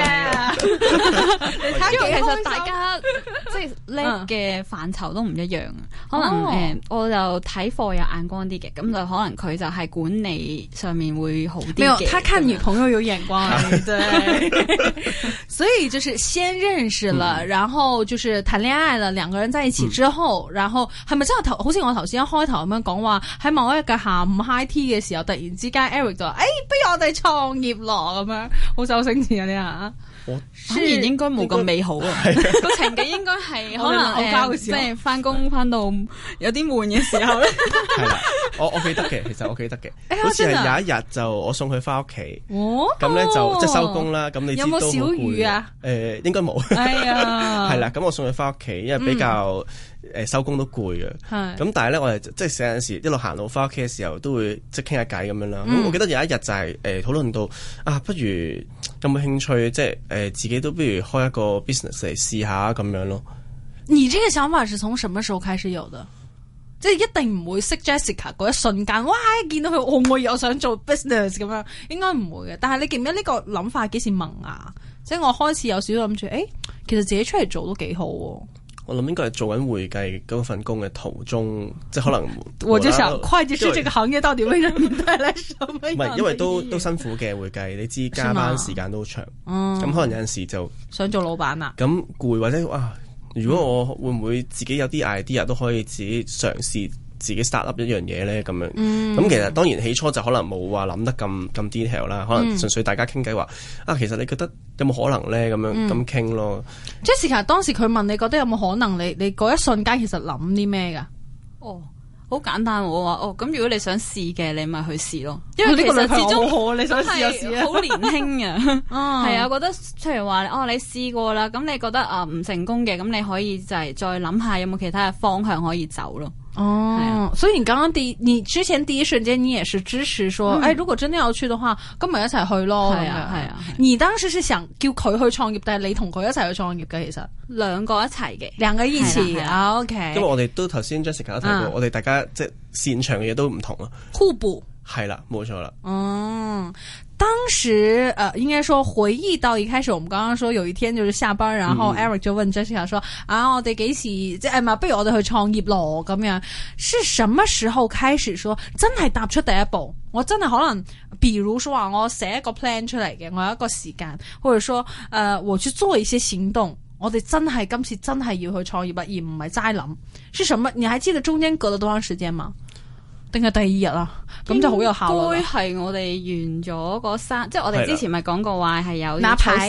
因為其實大家即係叻嘅範疇都唔一樣，可能我就睇貨有眼光啲嘅，咁就可能佢就係管理上面會好啲嘅。沒有， 他看女朋友有眼光，對。所以就是先認識了，然後就是談戀愛了，兩個人在一起之後，然後係咪真係好似我頭先一開頭咁樣講話，喺某一個下午 high tea 嘅時候，突然之間 Eric 就話：不如我哋創業咯咁樣，好周星馳啊你啊！ 反而應該冇咁美好啊，個情景應該係可能即係翻工翻到有啲悶嘅時候咧。 係啦，我記得嘅，其實我記得嘅，好似係有一日就我送佢翻屋企，咁咧就即係收工啦。咁你知都好攰。有冇小雨啊？應該冇。係啊。係啦，咁我送佢翻屋企，因為比較收工都攰嘅。係。咁但係咧，我哋即係有陣時一路行路翻屋企嘅時候，都會即係傾下偈咁樣啦。咁我記得有一日就係討論到不如有冇興趣即係自己都不如開一個 business 嚟試下咁樣咯。 你這個想法是從什麼時候開始有的？即係一定唔會識 Jessica 嗰一瞬間，哇！見到佢我想做 business 咁樣，應該唔會嘅。但係你記唔記得呢個諗法幾時萌芽？即係我開始有少少諗住，其實自己出嚟做都幾好。 我諗應該係做緊會計嗰份工嘅途中，即係可能。 我就想會計師這個行業到底為什麼帶來什麼？ 唔係，因為都辛苦嘅會計，你知加班時間都長，咁可能有陣時就想做老闆啦。 咁攰或者如果我會唔會自己有啲 idea 都可以自己嘗試自己 start up 一樣嘢咧咁樣。咁其實當然起初就可能冇話諗得咁 detail 啦，可能純粹大家傾偈話其實你覺得有冇可能咧咁樣咁傾咯。 Jessica 當時佢問你覺得有冇可能，你嗰一瞬間其實諗啲咩㗎？ 好簡單，我話咁如果你想試嘅，你咪去試咯。因為其實始終好，你想試就試啊， 好年輕啊，係啊，覺得譬如話你試過啦，咁你覺得唔成功嘅，咁你可以就係再諗下有冇其他嘅方向可以走咯。 所以你剛剛你之前第一瞬間你也是支持說，如果真的要去的話，咁咪一齊去咯。係啊。你當時是想叫佢去創業，但係你同佢一齊去創業嘅？其實兩個一齊嘅， 兩個一起。OK。 因為我哋都頭先 Jessica 都提過，我哋大家即係擅長嘅嘢都唔同咯， 互補。 係啦，冇錯啦。 當時應該說回憶到一開始，我們剛剛說有一天就是下班，然後 Eric 就問 Jessica 說：我哋幾時即係不如我哋去創業咯咁樣？是什麼時候開始說真係踏出第一步？我真係可能，比如說話我寫一個 plan 出嚟嘅，我有一個時間，或者說我去做一些行動，我哋真係今次真係要去創業，而唔係齋諗。是什麼？你還記得中間隔了多長時間嗎？定係第二日啊？咁就好有效率。應該係我哋完咗嗰3，即係我哋之前咪講過話係有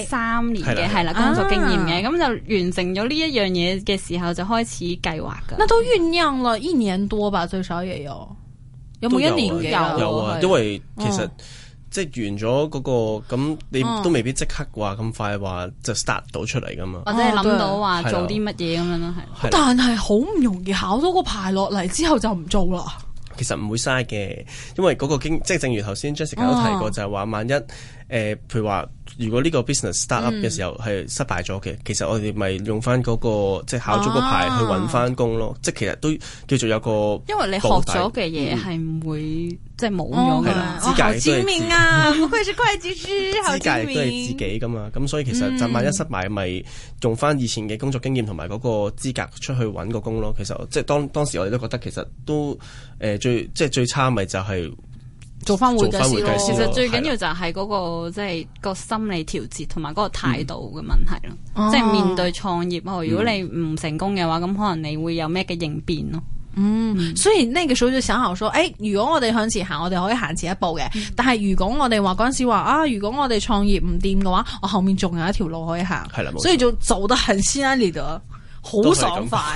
3年嘅係啦工作經驗嘅，咁就完成咗呢一樣嘢嘅時候就開始計劃噶。 那都醞釀了1年多吧，最少也有冇1年嘅？ 有啊，因為其實即係完咗嗰個咁，你都未必即刻話咁快話就 start 到出嚟噶嘛， 或者係諗到話做啲乜嘢咁樣咯，係。 但係好唔容易考到個牌落嚟之後就唔做啦。 其實唔會嘥嘅，因為嗰個即係正如頭先 Jessica 都提過，就係話萬一譬如話如果呢個 business start up 嘅時候係失敗咗嘅，其實我哋咪用翻嗰個即係考咗個牌去揾翻工咯，即係其實都叫做有個， 因為你學咗嘅嘢係唔會即係冇用㗎嘛。 資格精明啊，不愧是會計師，好精明。 資格都係自己噶嘛，咁所以其實就萬一失敗咪用翻以前嘅工作經驗同埋嗰個資格出去揾個工咯。其實即係當時我哋都覺得其實都最差咪就係做翻會計師咯。 其實最緊要就係嗰個即係個心理調節同埋嗰個態度嘅問題咯。即係面對創業，如果你唔成功嘅話，咁可能你會有咩嘅應變咯。 所以那個時候就想好說，如果我哋向前行，我哋可以行前一步嘅。但係如果我哋話嗰陣時話如果我哋創業唔掂嘅話，我後面仲有一條路可以行。係啦，所以就走得很心安理得。好爽快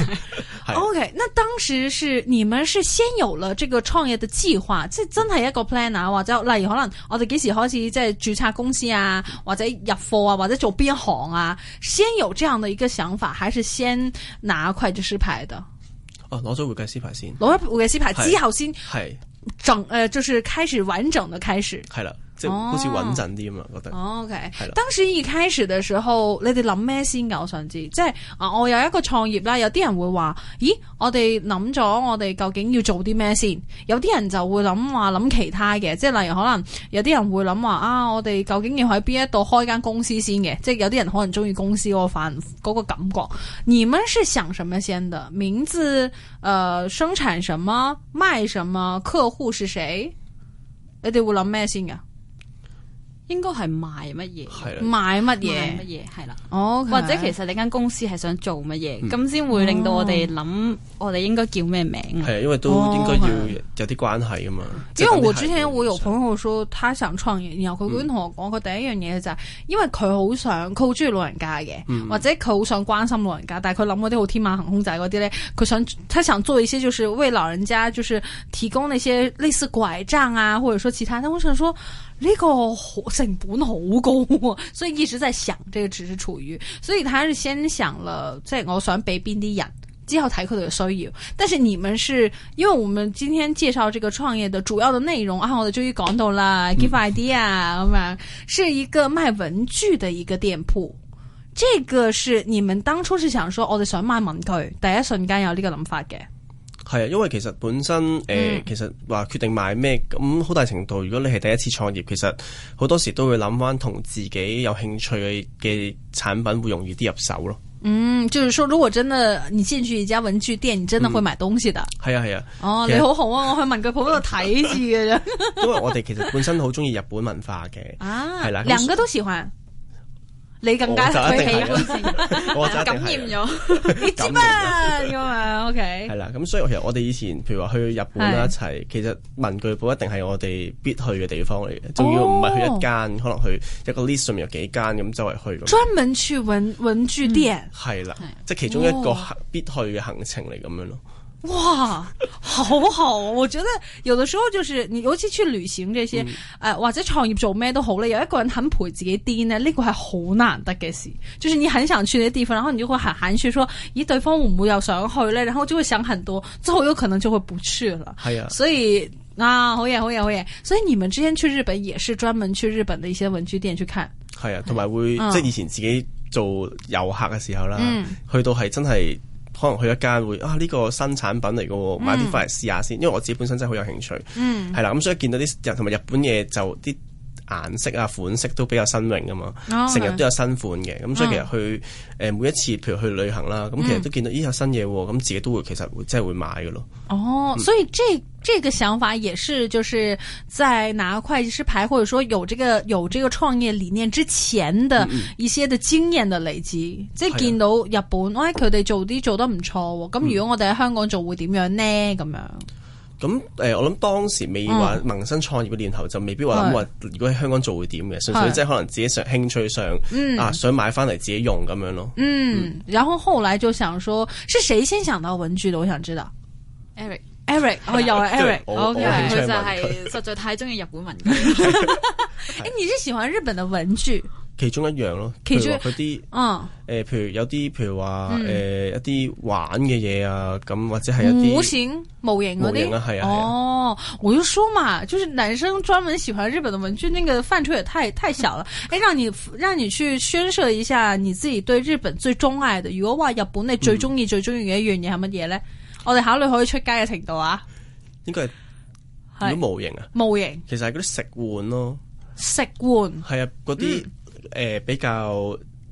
，OK。那當時是你們是先有了這個創業的計劃，即係真係一個 plan 啊，或者例如可能我哋幾時開始即係註冊公司啊，或者入貨啊，或者做邊行啊，先有這樣的一個想法，還是先拿會計師牌的？ 攞咗會計師牌先， 攞咗會計師牌之後先係就是開始完整的開始， 係啦。即係好似穩陣啲咁啊，覺得。 OK，係啦。當時一開始嘅時候，你哋諗咩先㗎？我想知，即係我有一個創業啦，有啲人會話，咦，我哋諗咗，我哋究竟要做啲咩先？有啲人就會諗其他嘅，即係例如可能有啲人會諗話我哋究竟要喺邊一度開間公司先嘅？即係有啲人可能中意公司嗰個感覺。你們是想什麼先的？名字，生產什麼，賣什麼，客戶是誰？你哋會諗咩先㗎？ 應該係賣乜嘢？ 賣乜嘢係啦。 或者其實你間公司係想做乜嘢，咁先會令到我哋諗，我哋應該叫咩名？ 係因為都應該要有啲關係噶嘛。 因為我之前我有朋友說他想創業，然後佢同我講，佢第一樣嘢就係，因為佢好中意老人家嘅，或者佢好想關心老人家，但係佢諗嗰啲好天馬行空仔嗰啲咧，他想做一些就是為老人家就是提供那些類似拐杖啊，或者說其他。但我想說呢個成本好高啊，所以一直在想，這個只是處於，所以他是先想了，即係我想俾邊啲人，之後睇佢哋嘅需要。但是你們是因為我們今天介紹這個創業的主要的內容我哋終於講到啦，give idea 咁樣，是一個賣文具的一個店鋪。這個是你們當初是想說我哋想賣文具，第一瞬間有呢個諗法嘅。 係啊，因為其實本身其實話決定賣咩，咁好大程度，如果你係第一次創業，其實好多時都會諗翻同自己有興趣嘅產品會容易啲入手咯。 就是說如果真的你進去一家文具店，你真的會買東西的。係啊。你好好啊，我去文具鋪度睇字嘅啫。 因為我哋其實本身好中意日本文化嘅，係啦， 兩個都喜歡。你更加佢喜歡， 我就感染咗， 你知嘛咁啊 ？OK， 係啦，咁所以其實我哋以前譬如話去日本啦一齊，其實文具鋪一定係我哋必去嘅地方嚟嘅，仲要唔係去一間，可能去一個 list 上面有幾間咁周圍去。 專門去文具店， 係啦，即係其中一個必去嘅行程嚟咁樣咯。 哇，好好！我覺得有的時候就是你尤其去旅行這些，或者創業做咩都好咧，有一個人肯陪自己癲咧，呢個係好難得嘅事。就是你很想去那些地方，然後你就會很含蓄說，咦，對方會唔會又想去咧？然後就會想很多，最後有可能就會不去了。係啊，所以好嘢。所以你們之前去日本也是專門去日本的一些文具店去看。係啊， 同埋會即係以前自己做遊客嘅時候啦，去到係真係。可能去一間會呢個新產品嚟嘅，買啲翻嚟試下先，因為我自己本身真係好有興趣，係啦，咁所以見到啲人同埋日本嘢就啲顏色啊款式都比較新穎㗎嘛，成日都有新款嘅，咁所以其實去每一次譬如去旅行啦，咁其實都見到有新嘢，咁自己都會其實會真係會買嘅咯。 所以這個想法也是就是在拿會計師牌，或者說有這個創業理念之前的一些的經驗的累積，即係見到日本，佢哋做得唔錯，咁如果我哋喺香港做會點樣呢？咁樣。 咁我諗當時未話萌生創業嘅念頭，就未必話諗話如果喺香港做會點嘅，純粹即係可能自己興趣上想買翻嚟自己用咁樣咯。 然後後來就想說，是誰先想到文具的？我想知道。Eric， 又係 Eric，OK， 佢就係實在太中意日本文具。 你是喜歡日本的文具？ 其中一樣咯，譬如話嗰啲譬如有啲譬如話一啲玩嘅嘢啊，咁或者係一啲模型嗰啲係啊。 我就說嘛，就是男生專門喜歡日本的文具，那個範疇也太小了。讓你去宣示一下你自己對日本最鍾愛的。如果話日本你最中意嘅一樣嘢係乜嘢咧？我哋考慮可以出街嘅程度啊。 應該係如果模型啊， 模型其實係嗰啲食玩咯， 食玩係啊，嗰啲比較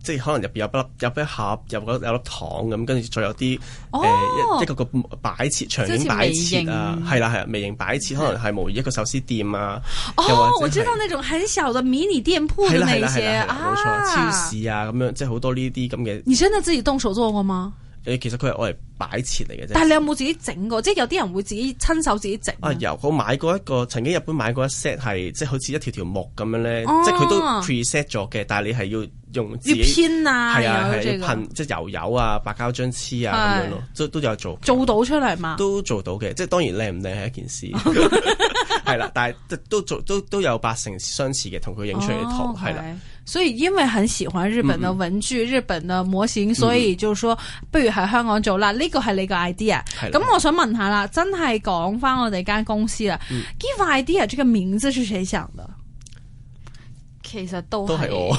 即係可能入邊有一盒有粒糖咁，跟住再有啲一個擺設場景擺設啊，係啦微型擺設，可能係模擬一個壽司店啊。 我知道那種很小的迷你店鋪的那些冇錯，超市啊咁樣，即係好多呢啲咁嘅。 你真的自己動手做過嗎？ 其實佢係我嚟擺設嚟嘅啫。 但係你有冇自己整過？即係有啲人會自己親手自己整。 有，我買過曾經日本買過一 set 係即係好似一條木咁樣咧，即係佢都 preset 咗嘅，但係你係要用自己編啊， 係啊，要噴即係油啊、白膠漿黐啊咁樣咯，都有做到出嚟嘛？ 都做到嘅，即係當然靚唔靚係一件事，係啦，但係都有80%相似嘅，同佢影出嚟嘅圖係啦。 所以因為很喜歡日本的文具、日本的模型，所以就說不如喺香港做啦。呢個係你個 idea。咁我想問下啦，真係講翻我哋間公司啦，Give Idea 這個名字是誰想的？ 其實都係我。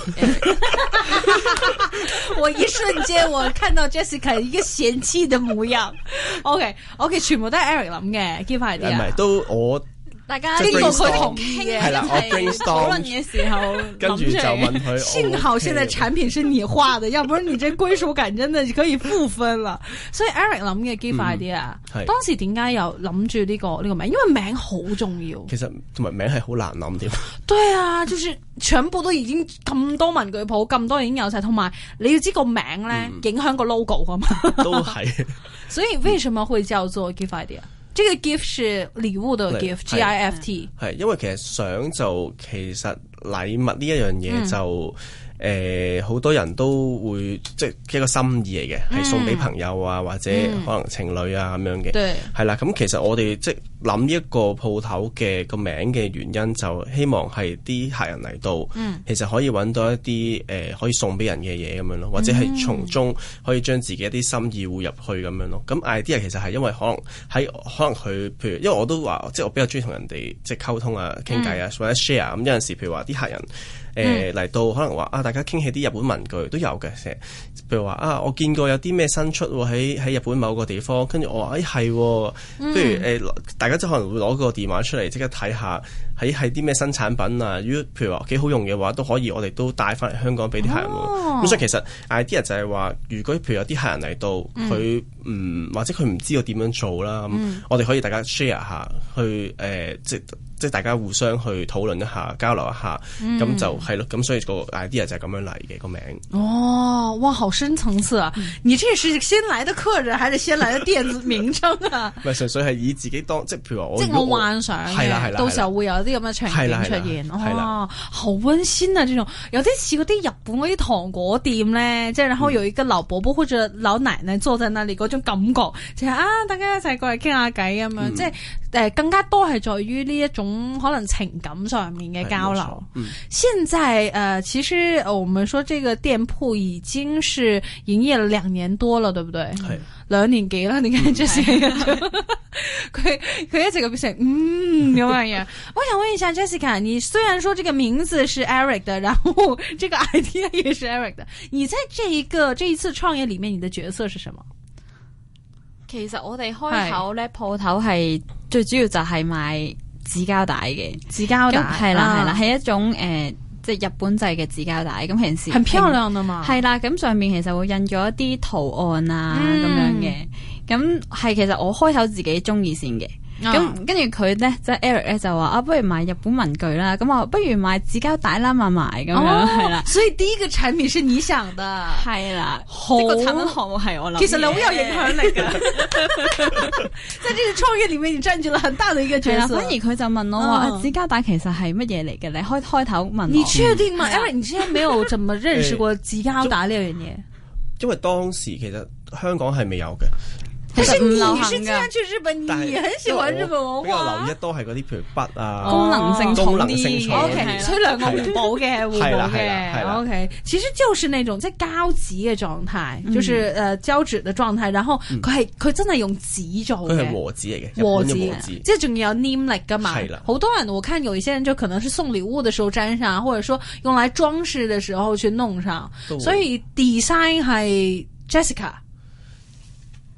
我一瞬間我看到 Jessica 一個嫌棄的模樣。OK， 全部都係 Eric 諗嘅 Give Idea。 唔係都我。 大家經過佢同傾係啦，我 brainstorm 嘅時候， 跟住就問佢。 幸好現在產品是你畫的，要不然你這歸屬感真的可以負分了。所以 Eric 諗嘅 Give Idea，當時點解又諗住呢個名？因為名好重要。 其實同埋名係好難諗添。 對啊，就是全部都已經咁多文具鋪，咁多已經有晒，同埋你要知個名咧影響個 logo 噶嘛。 都係。 所以為什麼會叫做 Give Idea？這個 gift 是禮物的 gift，GIFT。係因為其實相就其實禮物呢一樣嘢就好多人都會即係一個心意嚟嘅，係送俾朋友啊或者可能情侶啊咁樣嘅。係啦，咁其實我哋即係諗呢一個鋪頭嘅個名嘅原因，就希望係啲客人嚟到，其實可以揾到一啲可以送俾人嘅嘢咁樣咯，或者係從中可以將自己一啲心意匯入去咁樣咯。咁 idea 其實係因為可能佢譬如因為我都話即係我比較中意同人哋即係溝通啊、傾偈啊或者 share 咁，有陣時譬如話啲客人嚟到可能話大家傾起啲日本文具都有嘅，成日譬如話我見過有啲咩新出喺日本某個地方，跟住我話係，不如大家即係可能會攞個電話出嚟即刻睇下係啲咩新產品啊。如果譬如話幾好用嘅話，都可以我哋都帶翻嚟香港俾啲客人。咁所以其實 idea 就係話，如果譬如有啲客人嚟到佢或者佢唔知道點樣做啦，我哋可以大家 share 下去即係大家互相去討論一下、交流一下，咁就係咯。咁所以個 idea 就係咁樣嚟嘅個名。 哇，好深層次啊！你這是先來的客人，還是先來的店子名稱啊？ 唔係純粹係以自己當，即係譬如話即係我幻想嘅，到時候會有啲咁嘅場景出現。哇，好溫馨啊！這種有啲似嗰啲日本嗰啲糖果店咧，即係然後有一個老伯伯或者老奶奶坐在那裡嗰種感覺，就係大家一齊過嚟傾下偈咁樣，即係更加多係在於呢一種可能情感上面嘅交流。現在其實我們說這個店鋪已經是營業了2年多了，對不對？係2年幾啦？你看這些佢一直咁變成咁樣嘢。我想問一下 Jessica， 你雖然說這個名字是 Eric 的，然後這個 idea 也是 Eric 的，你在這一次創業裡面，你的角色是什麼？ 其實我哋開口咧，鋪頭係最主要就係賣紙膠帶嘅，紙膠帶係啦，係一種即係日本製嘅紙膠帶。咁平時很漂亮的嘛， 係啦，咁上面其實會印咗一啲圖案啊咁樣嘅。咁係其實我開頭自己中意先嘅。咁跟住佢咧，即係 Eric 咧就話不如買日本文具啦，咁不如買紙膠帶啦，買咁樣係啦。 所以第一個產品是你想的， 係啦，呢個產品項目係我諗。 其實你好有影響力噶，在這個創業裡面，你佔據了很大的一個角色。 反而佢就問我話紙膠帶其實係乜嘢嚟嘅？你開頭問我。 你確定嗎？Eric，你之前沒有怎麼認識過紙膠帶呢樣嘢？ 因為當時其實香港係未有嘅。 可是你是既然去日本，你很喜歡日本文化。 比較留意多係嗰啲譬如筆啊， 功能性重啲。 OK，所以兩個互補嘅，OK，其實就是那種即係膠紙嘅狀態，就是膠紙嘅狀態。然後佢真係用紙做嘅， 佢係和紙嚟嘅， 和紙，即係仲要有黏力噶嘛。係啦，好多人我看有一些人就可能是送禮物的時候粘上，或者說用來裝飾的時候去弄上。所以 design 係 Jessica。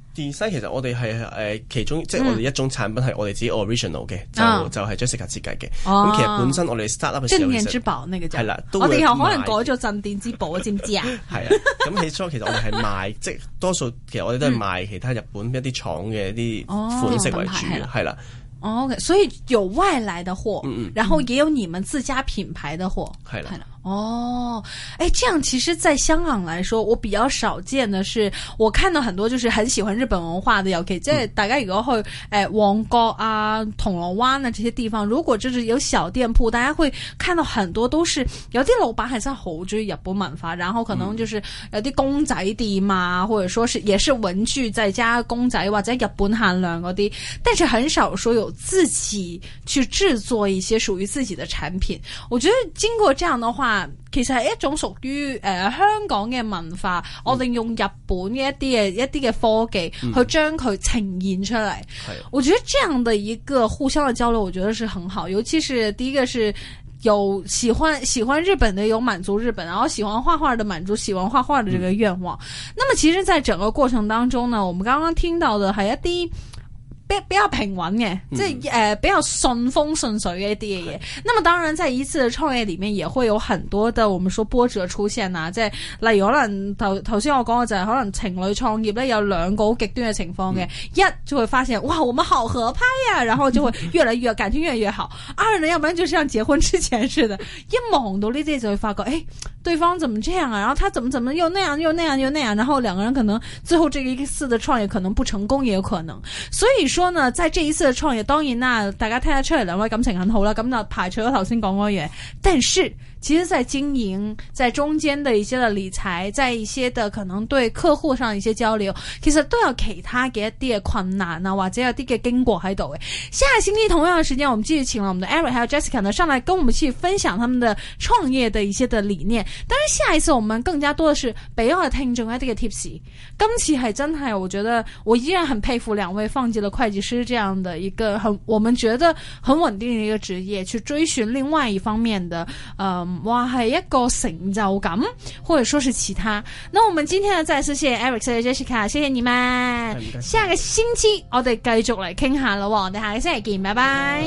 design 其實我哋係其中即係我哋一種產品係我哋自己 original 嘅，就係 Jessica 設計嘅。咁其實本身我哋 start up 嘅時候，鎮店之寶那個係啦，我哋以後可能改咗鎮店之寶，知唔知啊？係啊，咁起初其實我哋係賣，即係多數其實我哋都係賣其他日本一啲廠嘅一啲款式為主，係啦。 OK， 所以有外來的貨，然後也有你們自家品牌的貨， 係啦。 哦，哎，這樣其實在香港來說，我比較少見的是，我看到很多就是很喜歡日本文化的，尤其即係大家如果去旺角啊、銅鑼灣啊這些地方，如果就是有小店鋪，大家會看到很多都是有啲老闆係真係好中意日本文化，然後可能就是有啲公仔店啊，或者說是也是文具再加公仔或者日本限量嗰啲，但是很少說有自己去製作一些屬於自己的產品。我覺得經過這樣的話，其實係一種屬於香港嘅文化，我哋用日本嘅一啲嘅科技去將佢呈現出嚟。我覺得這樣的一個互相的交流，我覺得是很好。尤其是第一個是有喜歡日本的，有滿足日本，然後喜歡畫畫的滿足喜歡畫畫的這個願望。那麼其實在整個過程當中呢，我們剛剛聽到的係一啲比較平穩嘅，即係比較順風順水嘅一啲嘅嘢。那麼當然，在一次嘅創業裏面，也會有很多的我們說波折出現啊。即係例如可能頭先我講嘅就係可能情侶創業咧，有兩個好極端嘅情況嘅。一就會發現哇，我們好合拍呀，然後就會越來越感情越來越好。二呢，要不然就像結婚之前似的，一忙到呢啲就會發覺，誒，對方怎麼這樣啊？然後他怎麼又那樣又那樣又那樣，然後兩個人可能最後這一次的創業可能不成功也有可能。所以說呢，在這一次的創業，當然啦，大家聽得出嚟兩位感情很好啦，咁就排除咗頭先講嗰嘢，但是其實在經營，在中間的一些的理財，在一些的可能對客戶上一些交流，其實都有其他嘅一啲嘅困難啊，或者有啲嘅經過喺度嘅。下個星期同樣的時間，我們繼續請了我們的 Eric 還有 Jessica 呢上來跟我們去分享他們的創業的一些的理念。當然下一次我們更加多的是俾我哋聽眾一啲嘅 tips。今次係真係，我覺得我依然很佩服兩位放棄了會計師這樣的一個我們覺得很穩定的一個職業，去追尋另外一方面的哇，係一個成就感，或者說是其他。那我們今天呢，再次謝謝 Eric 謝謝 Jessica，謝謝你們。下個星期我哋繼續嚟傾下咯，我哋下個星期見，拜拜。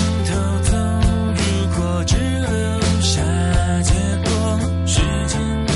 时间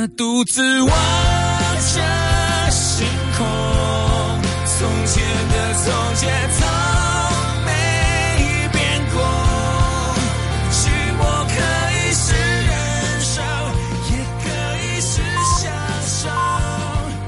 独自往